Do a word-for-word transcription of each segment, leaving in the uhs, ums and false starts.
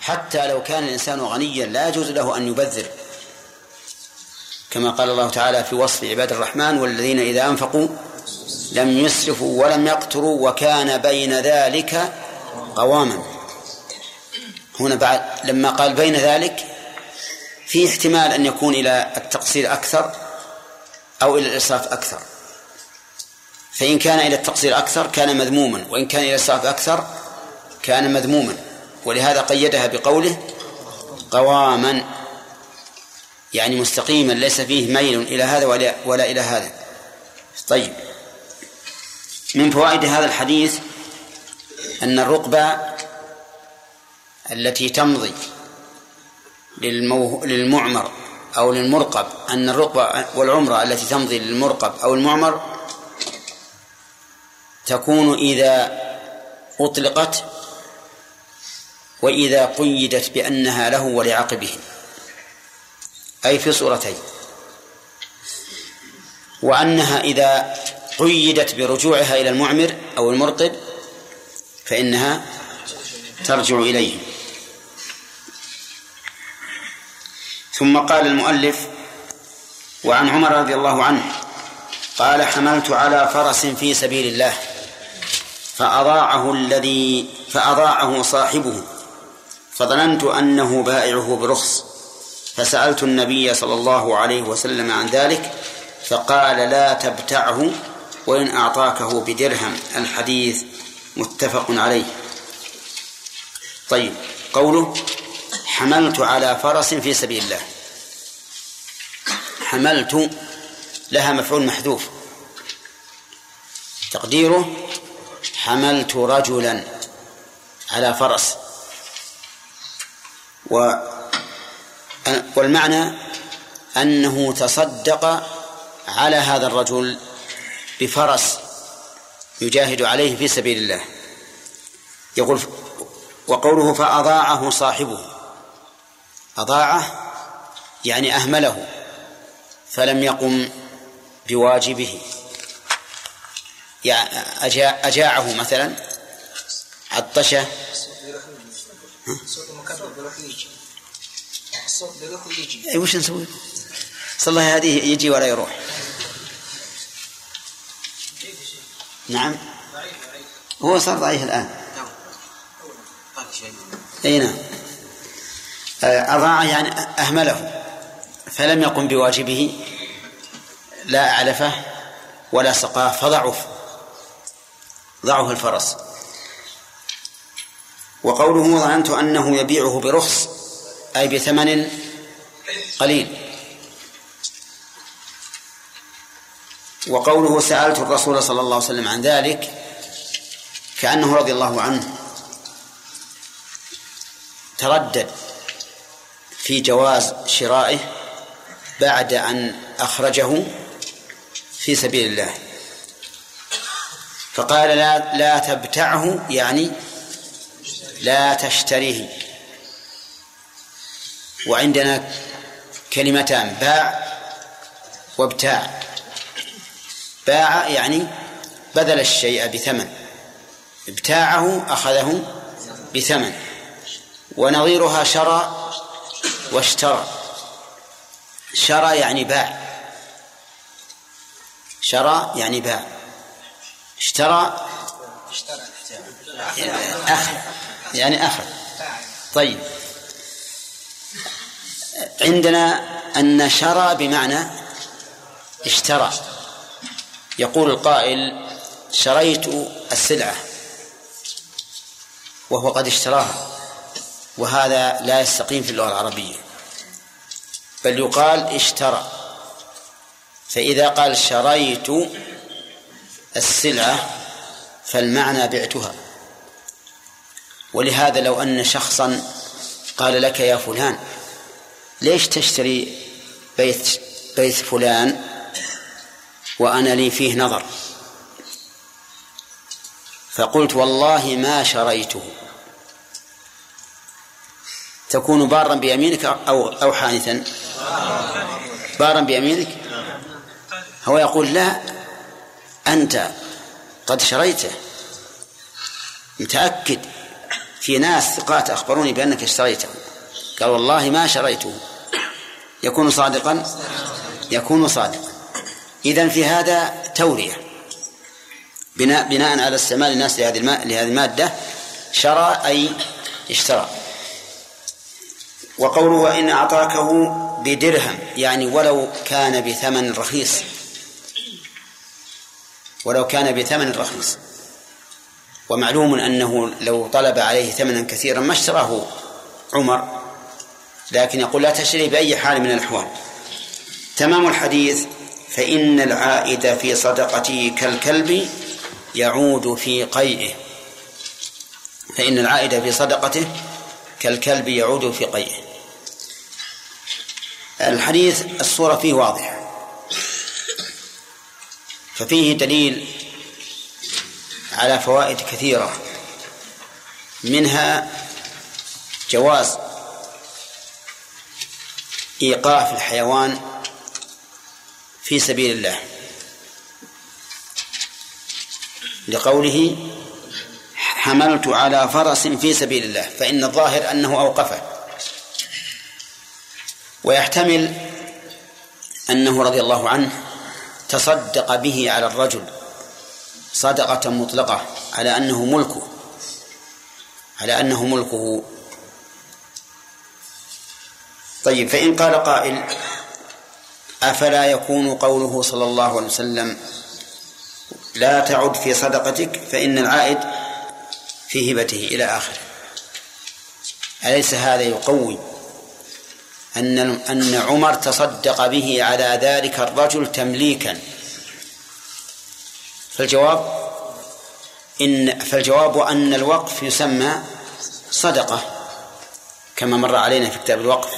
حتى لو كان الإنسان غنيا لا يجوز له أن يبذر، كما قال الله تعالى في وصف عباد الرحمن: والذين إذا أنفقوا لم يسرفوا ولم يقتروا وكان بين ذلك قواما. هنا بعد لما قال بين ذلك في احتمال أن يكون إلى التقصير أكثر أو إلى الإسراف أكثر، فإن كان إلى التقصير أكثر كان مذموما، وإن كان إلى الإسراف أكثر كان مذموما، ولهذا قيدها بقوله قواما، يعني مستقيما ليس فيه ميل إلى هذا ولا, ولا إلى هذا. طيب، من فوائد هذا الحديث أن الرقبة التي تمضي للمو... للمعمر أو للمرقب، أن الرقبة والعمرة التي تمضي للمرقب أو المعمر تكون إذا أطلقت وإذا قيدت بأنها له ولعقبه، أي في صورتين، وأنها إذا قيدت برجوعها إلى المعمر أو المرقب فإنها ترجع إليه. ثم قال المؤلف: وعن عمر رضي الله عنه قال: حملت على فرس في سبيل الله فأضاعه الذي فأضاعه صاحبه فظننت أنه بائعه برخص، فسألت النبي صلى الله عليه وسلم عن ذلك فقال: لا تبتعه وإن أعطاكه بدرهم. الحديث متفق عليه. طيب، قوله حملت على فرس في سبيل الله، حملت لها مفعول محذوف تقديره حملت رجلا على فرس، والمعنى أنه تصدق على هذا الرجل بفرس يجاهد عليه في سبيل الله. يقول: وقوله فأضاعه صاحبه، أضاعه يعني أهمله فلم يقم بواجبه، يعني أجاعه مثلا، عطشه، أي وش نسوي؟ صلى الله هذه يجي ولا يروح. نعم، هو صار ضعيف الآن. أي نعم، أضاع يعني أهمله فلم يقم بواجبه، لا أعلفه ولا سقاه فضعف ضعف الفرس. وقوله ظننت أنه يبيعه برخص أي بثمن قليل. وقوله سألت الرسول صلى الله عليه وسلم عن ذلك كأنه رضي الله عنه تردد في جواز شرائه بعد أن أخرجه في سبيل الله، فقال لا, لا تبتعه يعني لا تشتريه. وعندنا كلمتان: باع وابتاع. باع يعني بذل الشيء بثمن، ابتاعه أخذه بثمن. ونظيرها شرى واشترى. شرى يعني باع، شرى يعني باع، اشترى أخذ يعني أخذ. طيب، عندنا أن شرى بمعنى اشترى. يقول القائل: شريت السلعة وهو قد اشتراها، وهذا لا يستقيم في اللغة العربية، بل يقال اشترى. فإذا قال شريت السلعة فالمعنى بعتها. ولهذا لو أن شخصا قال لك: يا فلان ليش تشتري بيت, بيت فلان وأنا لي فيه نظر، فقلت: والله ما شريته، تكون بارا بيمينك أو, أو حانثا؟ بارا بيمينك. هو يقول: لا، أنت قد شريته، متأكد في ناس ثقات أخبروني بأنك اشتريته، قال والله ما شريته، يكون صادقا يكون صادقا. إذن في هذا تورية بناء, بناء على استعمال الناس لهذه لهذه المادة، شرى أي اشترى. وقوله وإن أعطاكه بدرهم يعني ولو كان بثمن رخيص، ولو كان بثمن رخيص. ومعلوم أنه لو طلب عليه ثمنا كثيرا ما اشتراه عمر، لكن يقول لا تشتري بأي حال من الأحوال. تمام الحديث فإن العائد في صدقته كالكلب يعود في قيئه، فإن العائد في صدقته كالكلب يعود في قيئه. الحديث الصورة فيه واضحة، ففيه دليل على فوائد كثيرة، منها جواز إيقاف الحيوان في سبيل الله، لقوله حملت على فرس في سبيل الله، فإن الظاهر أنه أوقفه. ويحتمل أنه رضي الله عنه تصدق به على الرجل صدقة مطلقة على أنه ملكه على أنه ملكه. طيب، فإن قال قائل أفلا يكون قوله صلى الله عليه وسلم لا تعد في صدقتك فإن العائد في هبته إلى آخره، أليس هذا يقوي أن أن عمر تصدق به على ذلك الرجل تمليكا؟ فالجواب إن فالجواب أن الوقف يسمى صدقة، كما مر علينا في كتاب الوقف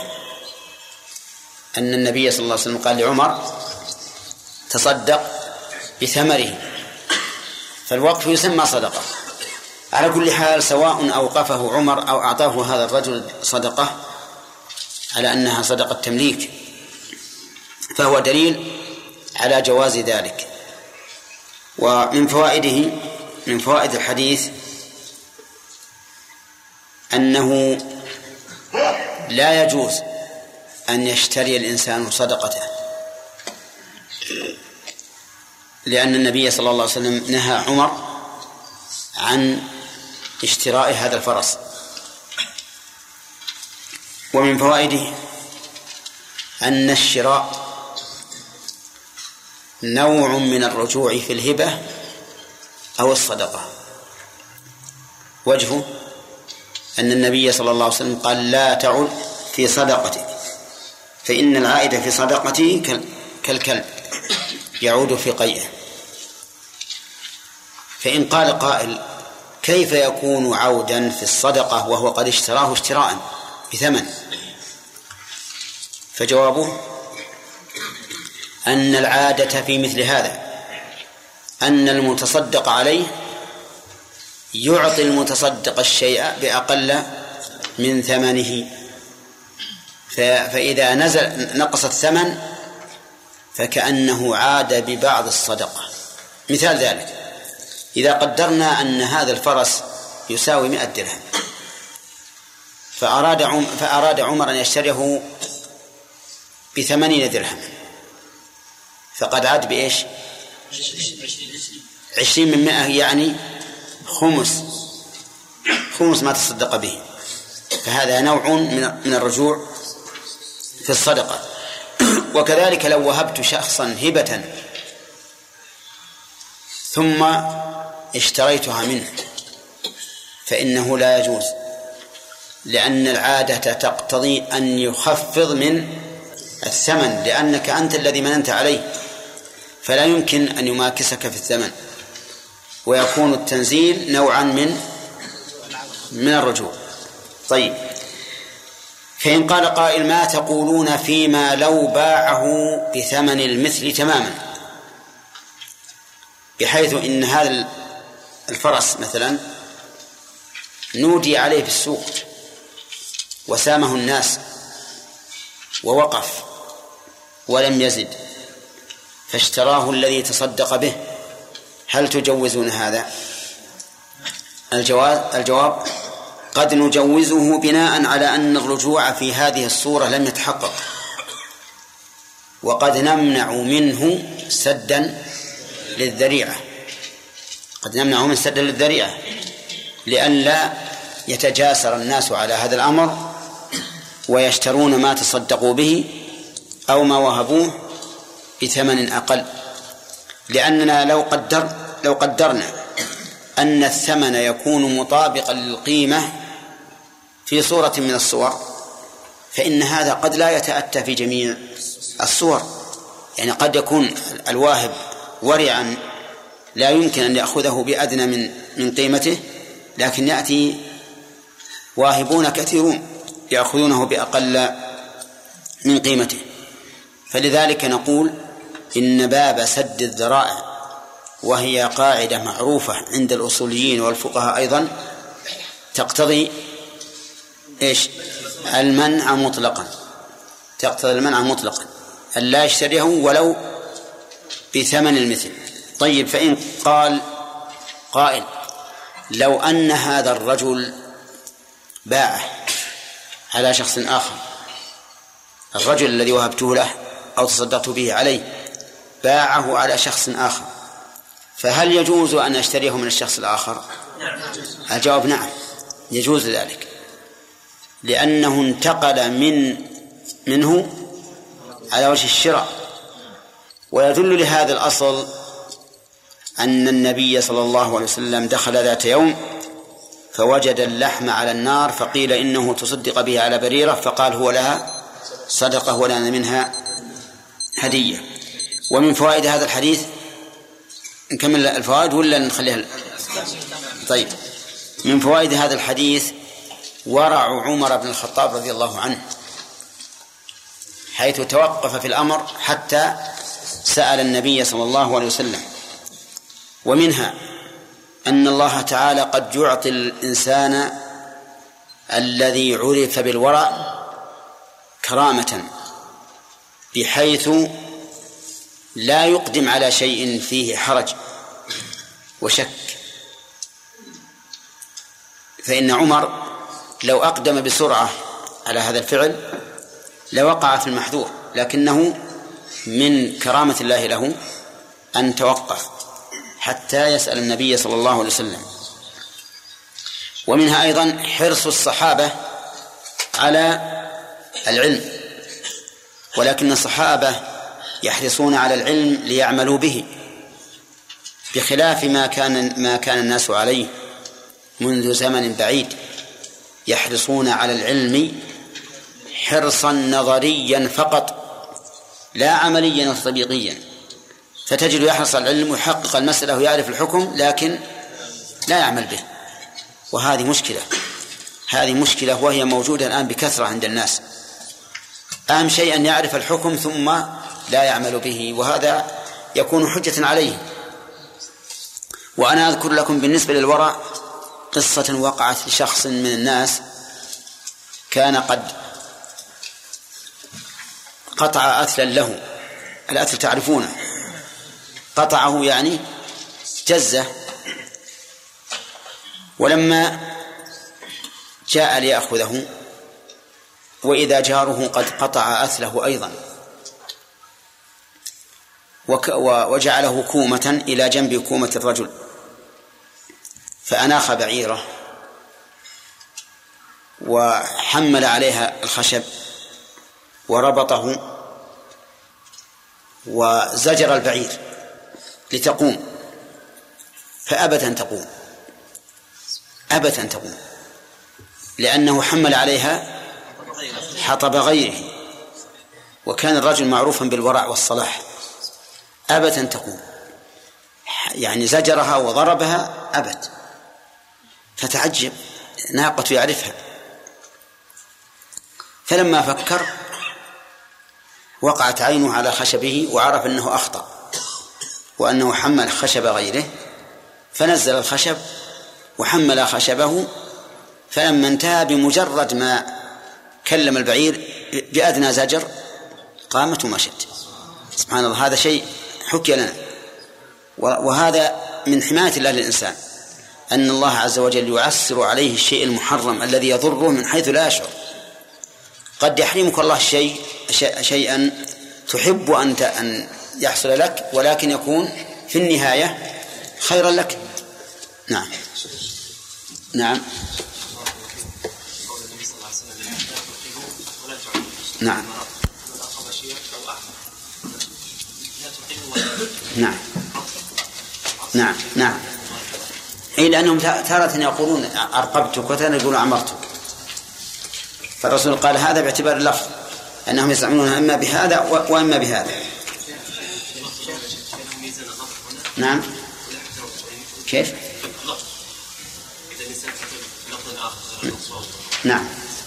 أن النبي صلى الله عليه وسلم قال لعمر تصدق بثمره، فالوقف يسمى صدقة. على كل حال سواء أوقفه عمر أو أعطاه هذا الرجل صدقة على أنها صدقة تمليك، فهو دليل على جواز ذلك. ومن فوائده من فوائد الحديث أنه لا يجوز أن يشتري الإنسان صدقته، لأن النبي صلى الله عليه وسلم نهى عمر عن اشتراء هذا الفرس. ومن فوائده أن الشراء نوع من الرجوع في الهبة أو الصدقة. وجهه أن النبي صلى الله عليه وسلم قال لا تعد في صدقتك فإن العائد في صدقتي كالكلب يعود في قيئه. فإن قال قائل كيف يكون عودا في الصدقة وهو قد اشتراه اشتراء بثمن؟ فجوابه أن العادة في مثل هذا أن المتصدق عليه يعطي المتصدق الشيء بأقل من ثمنه، فإذا نزل نقص الثمن فكأنه عاد ببعض الصدقة. مثال ذلك إذا قدرنا أن هذا الفرس يساوي مئة درهم، فأراد عمر, فأراد عمر أن يشتريه بثمانين درهم، فقد عاد بإيش؟ عشرين من مئة، يعني خمس خمس ما تصدق به. فهذا نوع من الرجوع في الصدقة. وكذلك لو وهبت شخصا هبة ثم اشتريتها منه فإنه لا يجوز، لأن العادة تقتضي أن يخفض من الثمن، لأنك أنت الذي مننت عليه، فلا يمكن أن يماكسك في الثمن، ويكون التنزيل نوعا من من الرجوع. طيب، فإن قال قائل ما تقولون فيما لو باعه بثمن المثل تماما، بحيث إن هذا الفرس مثلا نودي عليه في السوق وسامه الناس ووقف ولم يزد فاشتراه الذي تصدق به، هل تجوزون هذا؟ الجواب الجواب قد نجوزه بناء على أن الرجوع في هذه الصورة لم يتحقق، وقد نمنع منه سدا للذريعة، قد نمنع من سدا للذريعة لئلا يتجاسر الناس على هذا الأمر ويشترون ما تصدقوا به أو ما وهبوه بثمن أقل. لأننا لو قدر لو قدرنا أن الثمن يكون مطابقا للقيمة في صورة من الصور فإن هذا قد لا يتأتى في جميع الصور. يعني قد يكون الواهب ورعا لا يمكن أن يأخذه بأدنى من من قيمته، لكن يأتي واهبون كثيرون يأخذونه بأقل من قيمته. فلذلك نقول إن باب سد الذرائع، وهي قاعدة معروفة عند الأصوليين والفقهاء أيضا، تقتضي إيش؟ المنع مطلقا، تقتضي المنع مطلقا أن لا يشتريه ولو بثمن المثل. طيب، فإن قال قائل لو أن هذا الرجل باعه على شخص آخر، الرجل الذي وهبته له أو تصدقت به عليه باعه على شخص آخر، فهل يجوز أن أشتريه من الشخص الآخر؟ الجواب نعم، يجوز ذلك، لأنه انتقل من منه على وجه الشراء. ويدل لهذا الأصل أن النبي صلى الله عليه وسلم دخل ذات يوم فوجد اللحم على النار فقيل إنه تصدق به على بريرة، فقال هو لها صدقة ولنا منها هدية. ومن فوائد هذا الحديث، نكمل الفوائد ولا نخليها؟ طيب، من فوائد هذا الحديث ورع عمر بن الخطاب رضي الله عنه، حيث توقف في الأمر حتى سأل النبي صلى الله عليه وسلم. ومنها أن الله تعالى قد يعطي الإنسان الذي عرف بالورع كرامة، بحيث لا يقدم على شيء فيه حرج وشك. فإن عمر لو أقدم بسرعة على هذا الفعل لوقع في المحذور، لكنه من كرامة الله له أن توقف حتى يسأل النبي صلى الله عليه وسلم. ومنها أيضا حرص الصحابة على العلم، ولكن الصحابة يحرصون على العلم ليعملوا به، بخلاف ما كان ما كان الناس عليه منذ زمن بعيد، يحرصون على العلم حرصا نظريا فقط لا عمليا وتطبيقيا. فتجد يحرص على العلم ويحقق المسألة ويعرف الحكم لكن لا يعمل به، وهذه مشكلة، هذه مشكلة وهي موجودة الآن بكثرة عند الناس. أهم شيء أن يعرف الحكم ثم لا يعمل به، وهذا يكون حجة عليه. وأنا أذكر لكم بالنسبة للورع قصة وقعت لشخص من الناس، كان قد قطع أثلا له، الأثل تعرفونه، قطعه يعني جزه، ولما جاء ليأخذه وإذا جاره قد قطع أثله أيضا، وجعله كومة إلى جنب كومة الرجل، فأناخ بعيره وحمل عليها الخشب وربطه وزجر البعير لتقوم، فأبت أن تقوم، أبت أن تقوم، لأنه حمل عليها حطب غيره، وكان الرجل معروفا بالورع والصلاح. أبت أن تقوم، يعني زجرها وضربها أبت، فتعجب، ناقة يعرفها. فلما فكر وقعت عينه على خشبه وعرف أنه أخطأ وأنه حمل خشب غيره، فنزل الخشب وحمل خشبه، فلما انتهى بمجرد ما كلم البعير بأدنى زجر قامت ومشت. سبحان الله، هذا شيء حكي لنا، وهذا من حماية الله للإنسان أن الله عز وجل يعسر عليه الشيء المحرم الذي يضره من حيث لا يشعر. قد يحرمك الله شيء شيئا تحب أنت أن يحصل لك، ولكن يكون في النهاية خيرا لك. نعم نعم نعم نعم نعم نعم إيه، لأنهم تارة يقولون أرقبتك وتارة يقولون أمرتك، فالرسول قال هذا باعتبار اللفظ، أنهم يزعمون إما بهذا وإما بهذا. نعم كيف؟ نعم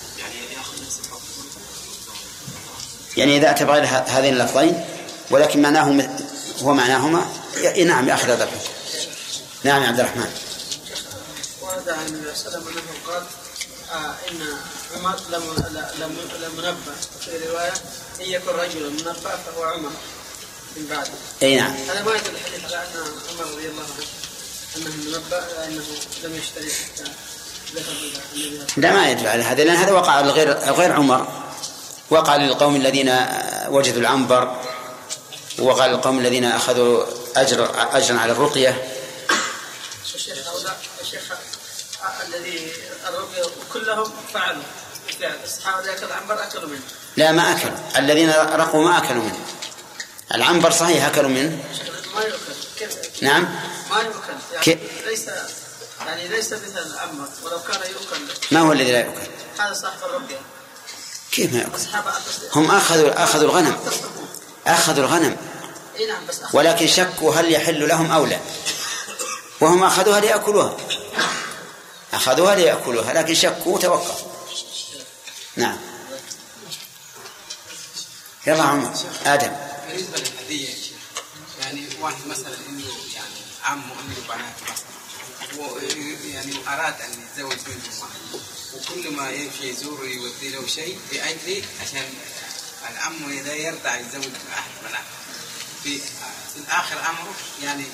يعني إذا اعتبر هذين اللفظين ولكن معناهما هو معناهما نعم يأخذ هذا الحكم. نعم يا عبد الرحمن. ورد عن النبي صلى الله عليه وسلم أنه قال آه إن عمر لم منبه، في رواية إن يكن رجل منبه فهو عمر من بعده. أي نعم. هذا ما يدل الحديث على أن عمر رضي الله عنه أنه منبه لأنه لم يشتري حتى ذهب إلى النبي. لا ما يدل على هذا، لأن هذا وقع لغير غير عمر، وقع للقوم الذين وجدوا العنبر، وقع للقوم الذين أخذوا أجر أجرا على الرقية. الشيخ أولى الشيخ الذي الرقية كلهم فعلوا فعل الصحابة اللي أكلوا العنبر أكلوا منه. لا ما أكلوا، الذين رقوا ما أكلوا منه. العنبر صحيح أكلوا منه. ما يؤكل. كيف؟ نعم. ما يؤكل. يعني كيف؟ ليس يعني ليس مثل العنبر، ولو كان يؤكل. ما هو الذي لا يؤكل؟ هذا صاحب الرقية. كيف ما يؤكل؟ هم أخذوا أخذوا الغنم. أخذوا الغنم. ولكن شكوا هل يحل لهم أو لا، وهم أخذوها ليأكلوها، أخذوها ليأكلوها لكن شكوا وتوقفوا. نعم. يلا عمر آدم. بالنسبة للهدية يعني واحد مثلا عنده يعني عم وعنده بنات مثلا، ويعني أراد أن يتزوج منهم واحد، وكل ما يمشي يزور يودي له شيء بأجله عشان العم إذا يرضى يتزوج أحد بناته. في الآخر أمره يعني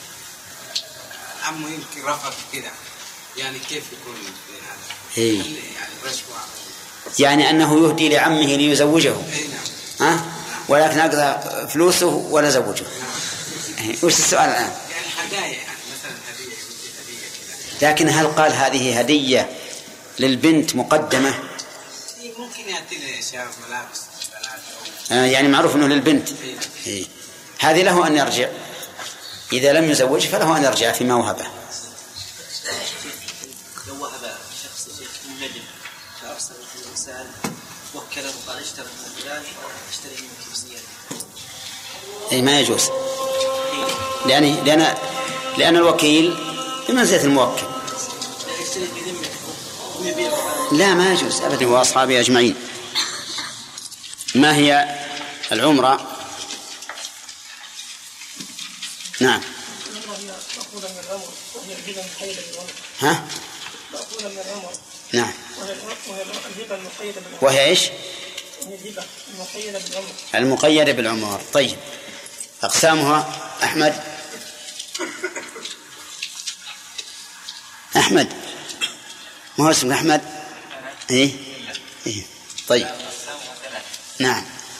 عمه يمكن رفض كده، يعني كيف يكون في هذا؟ إيه؟ يعني رشوة، يعني أنه يهدي لعمه ليزوجه. إيه نعم. ها؟ ولكن أقضى فلوسه ولا زوجه. نعم. وش السؤال الآن؟ يعني هدايا، يعني مثلا هدية هدية كده. لكن هل قال هذه هدية للبنت مقدمة؟ ممكن يأتي لشاب ملابس بنات آه يعني معروف أنه للبنت. إيه؟ هذه له أن يرجع، إذا لم يزوج فله أن يرجع فيما وهبه. لو وهب شخص شيء من ندم فأرسل الإنسان وكله وقال اشتري من فلان اشتري منك بزيادة. أي ما يجوز، لأن لأن لأن الوكيل بمنزلة الموكل. لا ما يجوز أبدا، وأصحابه أجمعين. ما هي العمرة؟ نعم. ها؟ نعم. وهي إيش؟ المقيدة بالعمر. طيب أقسامها أحمد. أحمد ما هو اسمك أحمد؟ إيه؟ إيه؟ طيب نعم.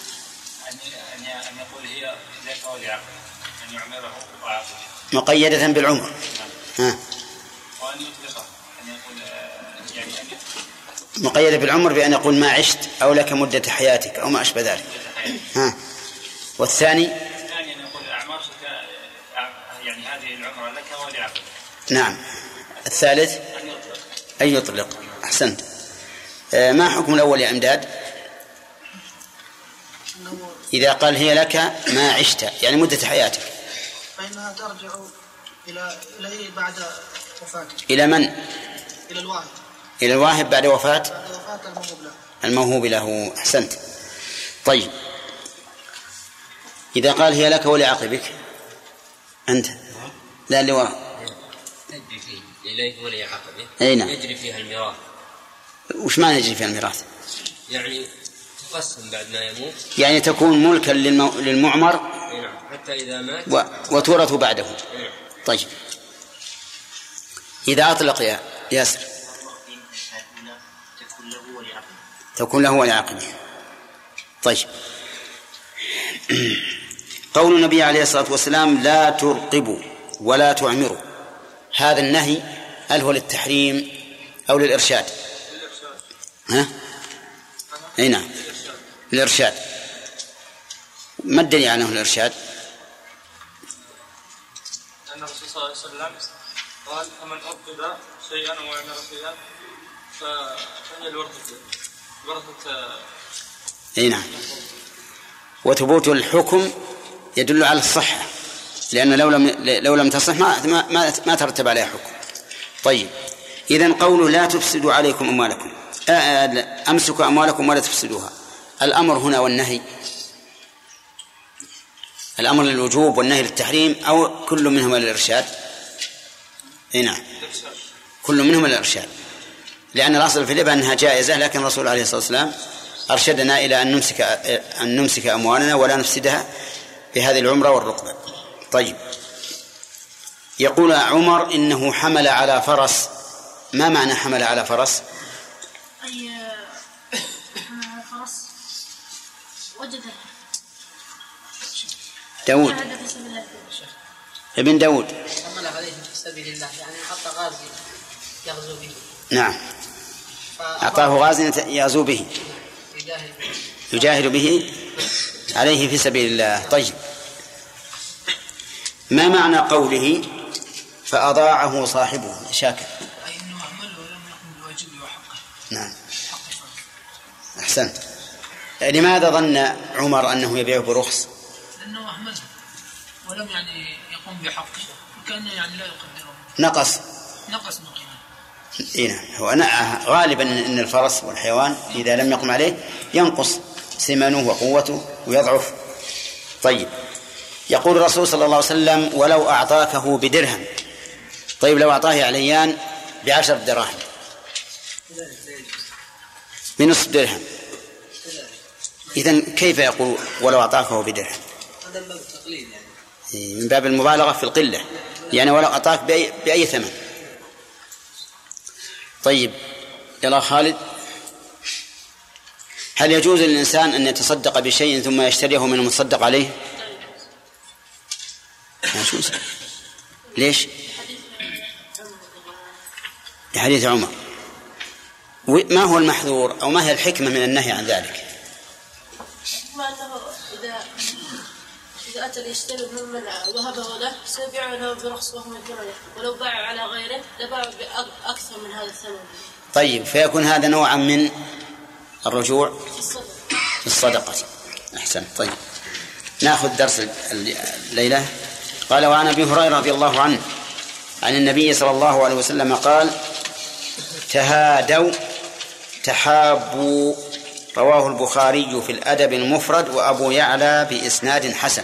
مقيدة بالعمر. ها. مقيدة بالعمر بأن يقول ما عشت أو لك مدة حياتك أو ما أشبه ذلك. ها. والثاني الثاني أن يقول أعمار يعني هذه العمر لك ولعقلك. نعم. الثالث أن يطلق. أحسنت. آه ما حكم الأول يا أمداد؟ إذا قال هي لك ما عشت يعني مدة حياتك فإنها ترجع إلى إليه بعد وفاته. إلى من؟ إلى الواهب. إلى الواهب بعد وفاة بعد وفاة الموهوب له. الموهوب له. أحسنت. طيب إذا قال هي لك ولعقبك أنت لا اللي وراء تجري فيه إليه ولعقبه. أين يجري فيها الميراث. وش معنى يجري فيها الميراث؟ يعني تقسم بعد ما يموت، يعني تكون ملكا للمو... للمعمر. نعم. حتى إذا مات و... وتورث بعده. نعم. طيب إذا أطلق يا ياسر تكون له ولعقبه. طيب، قول النبي عليه الصلاة والسلام لا ترقبوا ولا تعمروا، هذا النهي هل هو للتحريم أو للإرشاد؟ ها؟ أي نعم للإرشاد. ما الدليل على أنه الإرشاد؟ أن الرسول صلى الله عليه وسلم قال فمن أرقب شيئا وعمر شيئا فهي الورثة ورثة. أي نعم. وثبوت الحكم يدل على الصحة، لأن لو لم لو لم تصح ما ما ما ترتب عليها حكم. طيب، إذن قوله لا تفسدوا عليكم أموالكم، أمسكوا أموالكم ولا تفسدوها، الأمر هنا والنهي، الأمر للوجوب والنهي للتحريم أو كل منهما للإرشاد؟ أي نعم كل منهما للإرشاد، لأن الأصل في الربا أنها جائزة، لكن الرسول عليه الصلاة والسلام أرشدنا إلى أن نمسك أن نمسك أموالنا ولا نفسدها بهذه العمرة والرقبة. طيب، يقول عمر إنه حمل على فرس، ما معنى حمل على فرس؟ أي حمل على فرس وجده داود ابن داود حمل عليه في سبيل الله، يعني حتى غازي يغزو به. نعم، أعطاه غازي يغزو به يجاهد به عليه في سبيل الله. طيب، ما معنى قوله فأضاعه صاحبه شاكر؟ أي أنه أهمل ولم يقم بواجبه وحقه. نعم أحسنت. لماذا ظن عمر أنه يبيعه برخص؟ لأنه أهمل ولم يعني يقوم بحقه، وكأنه يعني لا يقدره، نقص نقص من قيمته. إيه، هو غالبا أن الفرس والحيوان إذا لم يقم عليه ينقص سمنه وقوته ويضعف. طيب، يقول الرسول صلى الله عليه وسلم ولو أعطاكه بدرهم. طيب، لو أعطاه عليان بعشر دراهم بنصف درهم، إذن كيف يقول ولو أعطاكه بدرهم؟ هذا من باب التقليل، يعني من باب المبالغة في القلة، يعني ولو أعطاك بأي, بأي ثمن. طيب، يلا خالد، هل يجوز للإنسان أن يتصدق بشيء ثم يشتريه من المتصدق عليه؟ يجوز. ليش؟ لحديث عمر. ما هو المحذور أو ما هي الحكمة من النهي عن ذلك؟ ما أنه إذا إذا أتى ليشتري ممن وهبه له سيبيعه له برخص وهو مجرد، ولو باع على غيره لباع بأكثر من هذا الثمن. طيب، فيكون هذا نوعا من الرجوع في الصدقة. في الصدقة. أحسن. طيب، نأخذ درس الليلة. قال وعن أبي هريرة رضي الله عنه عن النبي صلى الله عليه وسلم قال تهادوا تحابوا، رواه البخاري في الأدب المفرد وأبو يعلى بإسناد حسن.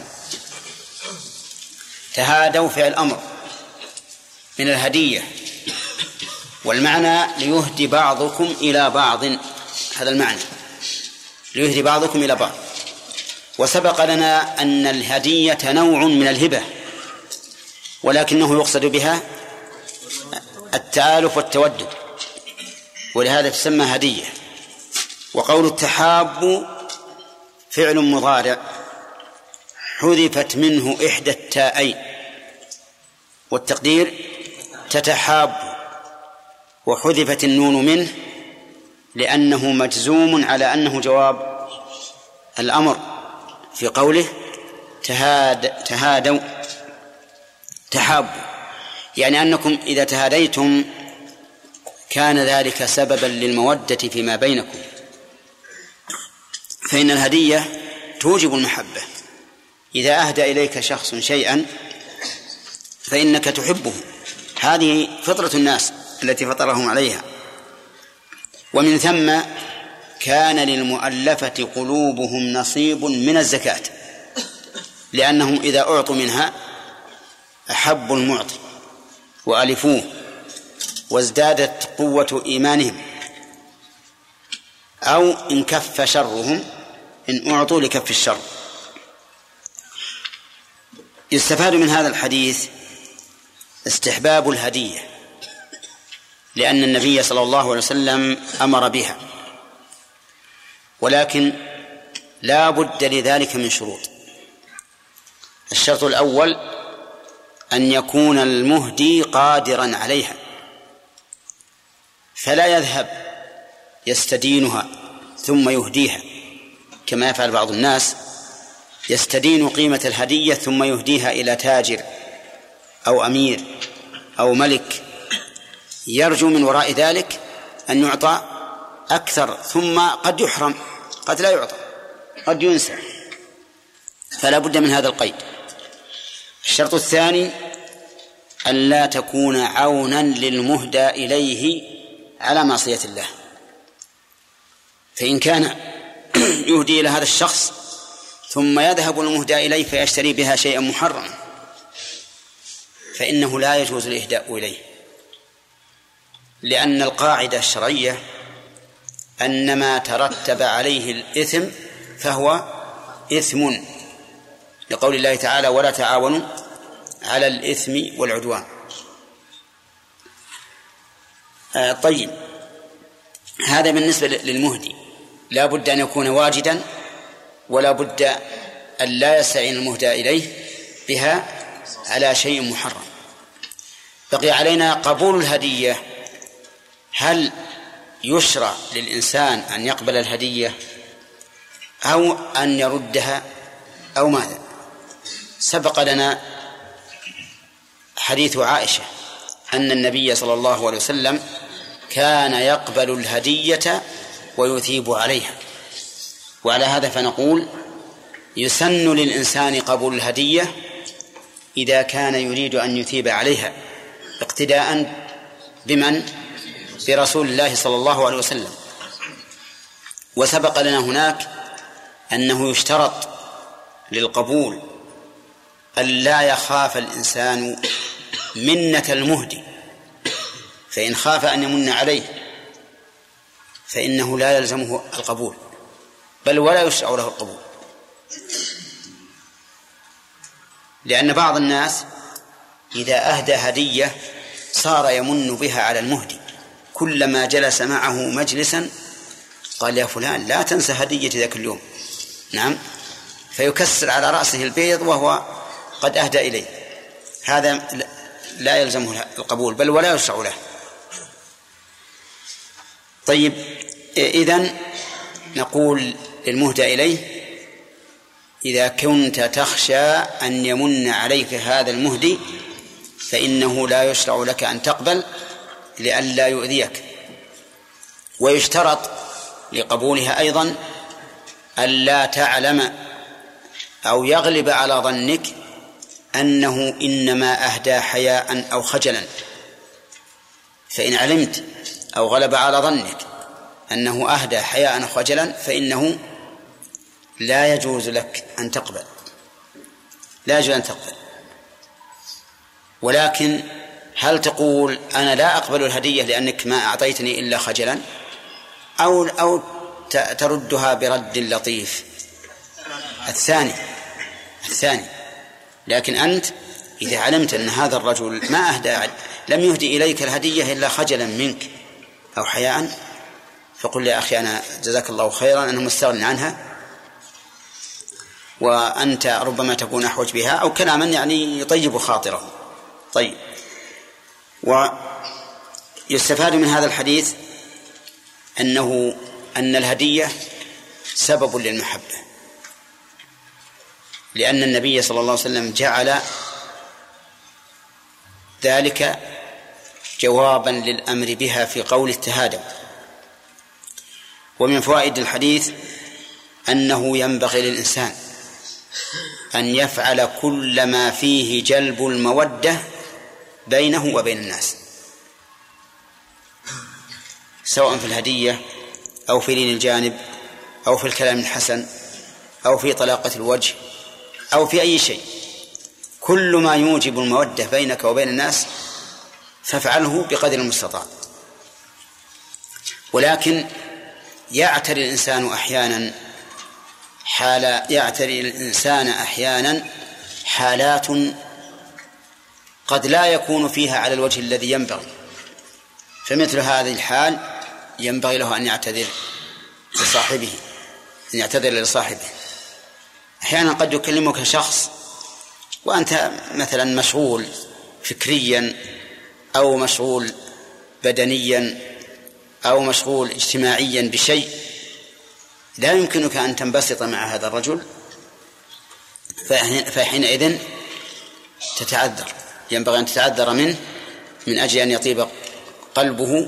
تهادوا فعل أمر من الهدية، والمعنى ليهدي بعضكم إلى بعض، هذا المعنى ليهدي بعضكم إلى بعض. وسبق لنا أن الهدية نوع من الهبة، ولكنه يقصد بها التآلف والتودد، ولهذا تسمى هدية. وقول التحاب فعل مضارع حذفت منه إحدى التاءين، والتقدير تتحاب، وحذفت النون منه لأنه مجزوم على أنه جواب الأمر في قوله تهاد تهادوا تحابوا، يعني أنكم إذا تهاديتم كان ذلك سببا للمودة فيما بينكم، فإن الهدية توجب المحبة. إذا أهدى إليك شخص شيئا فإنك تحبه، هذه فطرة الناس التي فطرهم عليها. ومن ثم كان للمؤلفة قلوبهم نصيب من الزكاة، لأنهم إذا أعطوا منها أحبوا المعطي وألفوه، وازدادت قوة إيمانهم، أو إن كف شرهم إن أعطوا لكف الشر. يستفاد من هذا الحديث استحباب الهدية لأن النبي صلى الله عليه وسلم أمر بها، ولكن لا بد لذلك من شروط. الشرط الأول أن يكون المهدي قادرا عليها، فلا يذهب يستدينها ثم يهديها كما يفعل بعض الناس، يستدين قيمة الهدية ثم يهديها إلى تاجر أو أمير أو ملك، يرجو من وراء ذلك أن يعطى أكثر، ثم قد يحرم، قد لا يعطى، قد ينسى، فلا بد من هذا القيد. الشرط الثاني أن لا تكون عونا للمهدى إليه على معصية الله، فإن كان يهدي إلى هذا الشخص ثم يذهب المهدى إليه فيشتري بها شيئا محرما فإنه لا يجوز الإهداء إليه، لأن القاعدة الشرعية أن ما ترتب عليه الإثم فهو إثم، لقول الله تعالى: ولا تعاونوا على الإثم والعدوان. آه طيب، هذا بالنسبة للمهدي، لا بد أن يكون واجدا، ولا بد أن لا يستعين المهدى إليه بها على شيء محرم. بقي علينا قبول الهدية. هل يشرع للإنسان أن يقبل الهدية أو أن يردها أو ماذا؟ سبق لنا حديث عائشة أن النبي صلى الله عليه وسلم كان يقبل الهدية ويثيب عليها، وعلى هذا فنقول يسن للإنسان قبول الهدية إذا كان يريد أن يثيب عليها اقتداء بمن؟ برسول الله صلى الله عليه وسلم. وسبق لنا هناك أنه يشترط للقبول أن لا يخاف الإنسان منة المهدي، فإن خاف أن يمن عليه فإنه لا يلزمه القبول، بل ولا يشرع له القبول، لأن بعض الناس إذا أهدى هدية صار يمن بها على المهدي، كلما جلس معه مجلسا قال: يا فلان لا تنسى هدية ذاك اليوم. نعم، فيكسر على رأسه البيض وهو قد أهدى إليه، هذا لا يلزمه القبول بل ولا يشرع له. طيب، إذن نقول للمهدى إليه: إذا كنت تخشى أن يمن عليك هذا المهدي فإنه لا يشرع لك أن تقبل لئلا يؤذيك. ويشترط لقبولها أيضا ألا تعلم أو يغلب على ظنك أنه إنما أهدى حياء أو خجلا، فإن علمت أو غلب على ظنك أنه أهدى حياء أو خجلا فإنه لا يجوز لك أن تقبل، لا يجوز أن تقبل. ولكن هل تقول أنا لا أقبل الهدية لأنك ما أعطيتني إلا خجلا، أو أو تردها برد لطيف؟ الثاني الثاني لكن أنت إذا علمت أن هذا الرجل ما أهدى لم يهدي إليك الهدية إلا خجلا منك أو حياء، فقل يا أخي أنا جزاك الله خيرا أنا مستغن عنها وأنت ربما تكون أحوج بها، أو كلاما يعني يطيب خاطره. طيب، ويستفاد من هذا الحديث أنه أن الهدية سبب للمحبة، لأن النبي صلى الله عليه وسلم جعل ذلك جوابا للأمر بها في قول التهادوا. ومن فوائد الحديث أنه ينبغي للإنسان أن يفعل كل ما فيه جلب المودة بينه وبين الناس، سواء في الهدية أو في لين الجانب أو في الكلام الحسن أو في طلاقة الوجه أو في أي شيء، كل ما يوجب المودة بينك وبين الناس فافعله بقدر المستطاع. ولكن يعتري الإنسان أحيانا حال يعتري الإنسان أحيانا حالات قد لا يكون فيها على الوجه الذي ينبغي، فمثل هذه الحال ينبغي له أن يعتذر لصاحبه أن يعتذر لصاحبه. أحيانا قد يكلمك شخص وأنت مثلا مشغول فكريا أو مشغول بدنيا أو مشغول اجتماعيا بشيء لا يمكنك أن تنبسط مع هذا الرجل، فحينئذ تتعذر، ينبغي أن تتعذر منه من أجل أن يطيب قلبه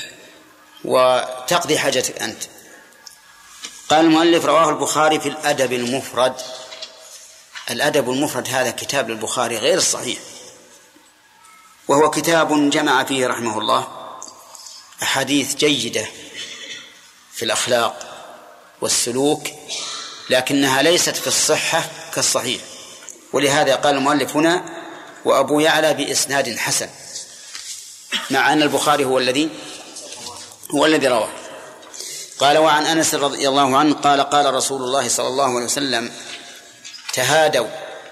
وتقضي حاجتك أنت. قال المؤلف رواه البخاري في الأدب المفرد. الأدب المفرد هذا كتاب للبخاري غير الصحيح، وهو كتاب جمع فيه رحمه الله أحاديث جيدة في الأخلاق والسلوك، لكنها ليست في الصحة كالصحيح، ولهذا قال المؤلف هنا وأبو يعلى بإسناد حسن، مع أن البخاري هو الذي هو الذي رواه. قال وعن أنس رضي الله عنه قال قال رسول الله صلى الله عليه وسلم تهادوا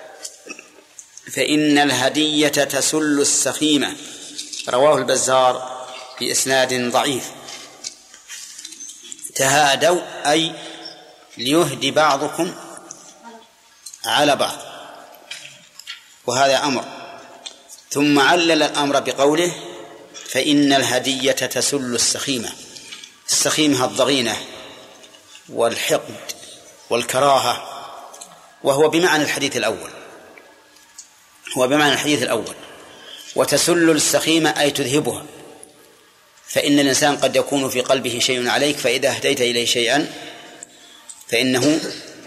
فإن الهدية تسل السخيمة. رواه البزار بإسناد ضعيف. تهادوا أي ليهدي بعضكم على بعض، وهذا أمر، ثم علل الأمر بقوله فإن الهدية تسل السخيمة. السخيمة الضغينة والحقد والكراهة، وهو بمعنى الحديث الأول هو بمعنى الحديث الأول وتسل السخيمة أي تذهبها، فإن الإنسان قد يكون في قلبه شيء عليك، فإذا اهديت إليه شيئا فإنه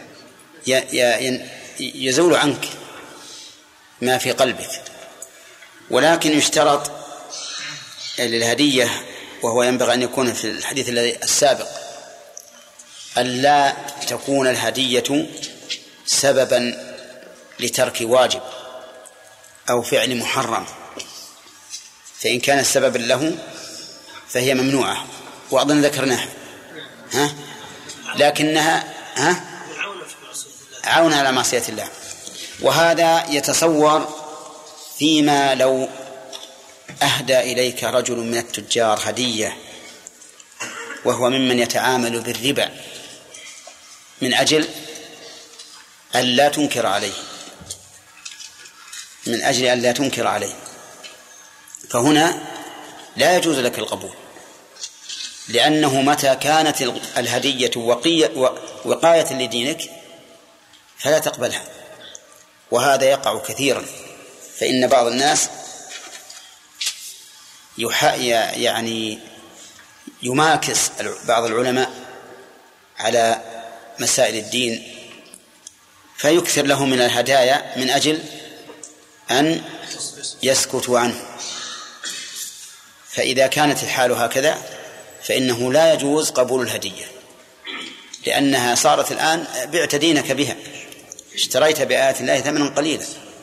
يزول عنك ما في قلبك. ولكن يشترط للهدية، وهو ينبغي أن يكون في الحديث السابق، ألا تكون الهدية سببا لترك واجب أو فعل محرم، فإن كان سببا له فهي ممنوعة، وأظن ذكرناها، ها؟ لكنها ها؟ عون على معصية الله. وهذا يتصور فيما لو أهدى إليك رجل من التجار هدية وهو ممن يتعامل بالربا من أجل أن لا تنكر عليه من أجل أن لا تنكر عليه فهنا لا يجوز لك القبول، لأنه متى كانت الهدية وقاية لدينك فلا تقبلها. وهذا يقع كثيرا، فإن بعض الناس يعني يماكس بعض العلماء على مسائل الدين فيكثر له من الهدايا من أجل أن يسكتوا عنه. فإذا كانت الحال هكذا فإنه لا يجوز قبول الهدية، لأنها صارت الآن بعت دينك بها، اشتريت بآيات الله ثمنا قليلا.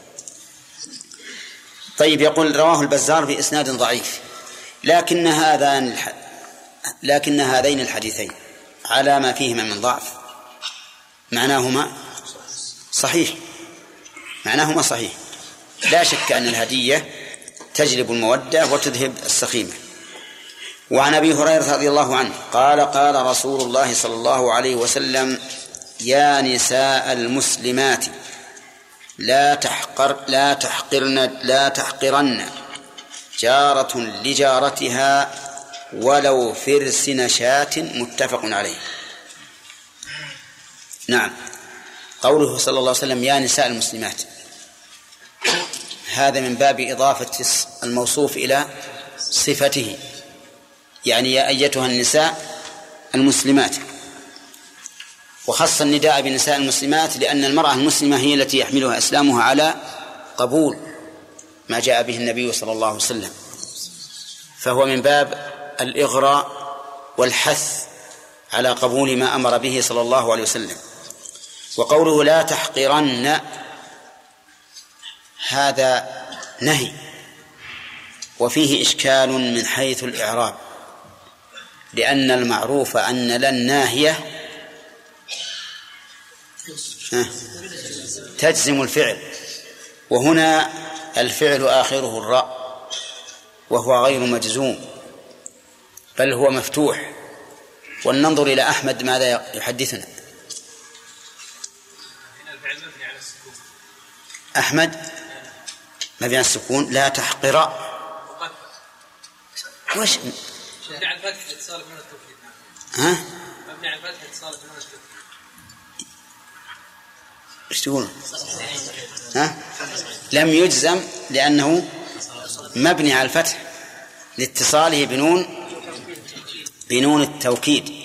طيب، يقول رواه البزار بإسناد ضعيف، لكن هذان لكن هذين الحديثين على ما فيهما من ضعف معناهما صحيح معناهما صحيح لا شك أن الهدية تجلب المودة وتذهب السخيمة. وعن أبي هريرة رضي الله عنه قال قال رسول الله صلى الله عليه وسلم يا نساء المسلمات لا تحقر لا تحقرن لا تحقرن جارة لجارتها ولو فرس نشاة. متفق عليه. نعم، قوله صلى الله عليه وسلم يا نساء المسلمات، هذا من باب إضافة الموصوف إلى صفته، يعني يا أيتها النساء المسلمات، وخص النداء بنساء المسلمات لأن المرأة المسلمة هي التي يحملها إسلامها على قبول ما جاء به النبي صلى الله عليه وسلم، فهو من باب الإغراء والحث على قبول ما أمر به صلى الله عليه وسلم. وقوله لا تحقرن هذا نهي، وفيه إشكال من حيث الإعراب، لأن المعروف أن لن ناهية تجزم الفعل، وهنا الفعل آخره الراء وهو غير مجزوم، بل هو مفتوح. ولننظر إلى أحمد ماذا يحدثنا. أحمد مبني على السكون لا تحقر. وش مبني على الفتح اتصال بنون التوكيد. ها مبني على الفتح اتصال بنون التوكيد. ايش تقولون؟ ها لم يجزم لأنه مبني على الفتح لاتصاله بنون بنون التوكيد.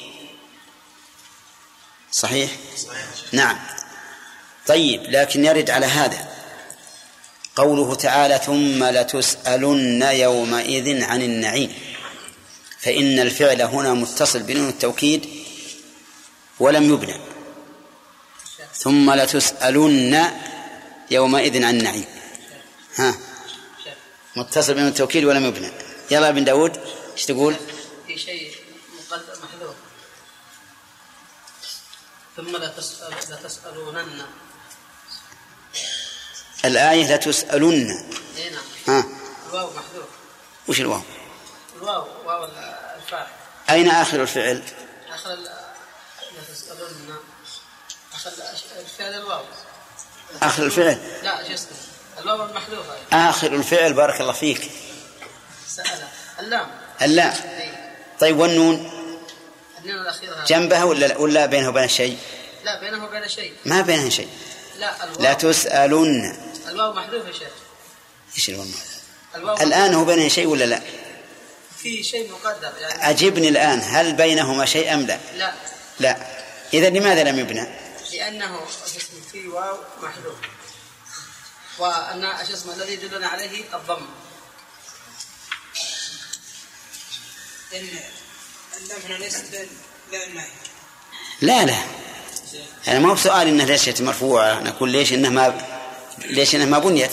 صحيح؟ نعم. طيب، لكن يرد على هذا قوله تعالى ثم لتسألن يومئذ عن النعيم، فإن الفعل هنا متصل بنون التوكيد ولم يبنى. ثم لتسألن يومئذ عن النعيم، ها متصل بنون التوكيد ولم يبنى. يلا ابن داود ايش تقول؟ في شيء مقدر محذوف. ثم لتسأل لتسألونن الآية لتسألن. اي نعم. ها الواو محذوف. وش الواو؟ الواو واو الفاعل. أين آخر الفعل؟ آخر لتسألن آخر الفعل الواو. آخر الفعل؟ لا شو اسمه الواو المحذوف. آخر الفعل بارك الله فيك. سأل اللام. اللام. طيب والنون؟ النون الأخيرة جنبها ولا ولا بينه وبين شيء؟ لا بينه وبين شيء. ما بينها شيء. لا الواو. لا تسألن. الواو محذوف يا شيخ. ايش الواو؟ الآن هو بينها شيء ولا لا؟ في شيء مقدر يعني. أجبني الآن، هل بينهما شيء أم لا؟ لا. لا. إذا لماذا لم يبنى؟ لأنه اسم في واو محذوف، وأن اسم الذي يدلنا عليه الضم. إن اللام هنا ليست لا النهي. لا لا، أنا ما هو بسؤال إنها ليست مرفوعة، نقول ليش إنها ما ليش إنها ما بنيت.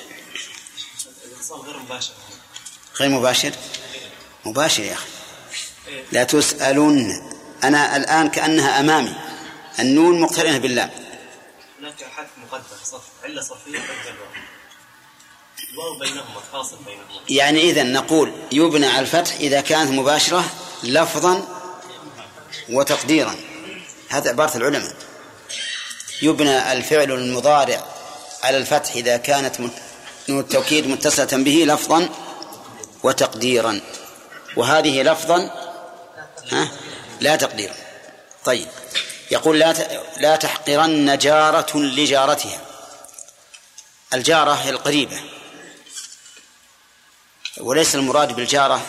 غير مباشر. غير مباشر. مباشر يا أخي. لا تسألون، أنا الآن كأنها أمامي، النون مقترنة باللام. هناك حذف مقدر صف علة صفية قدر الواو بينهما فاصل بينهما. يعني إذن نقول يبنى على الفتح إذا كانت مباشرة لفظا وتقديرا. هذا عبارة العلماء. يبنى الفعل المضارع على الفتح إذا كانت نون التوكيد متصلة به لفظا وتقديرا، وهذه لفظا ها لا تقديرا. طيب، يقول لا لا تحقرن جارة لجارتها. الجارة هي القريبة، وليس المراد بالجارة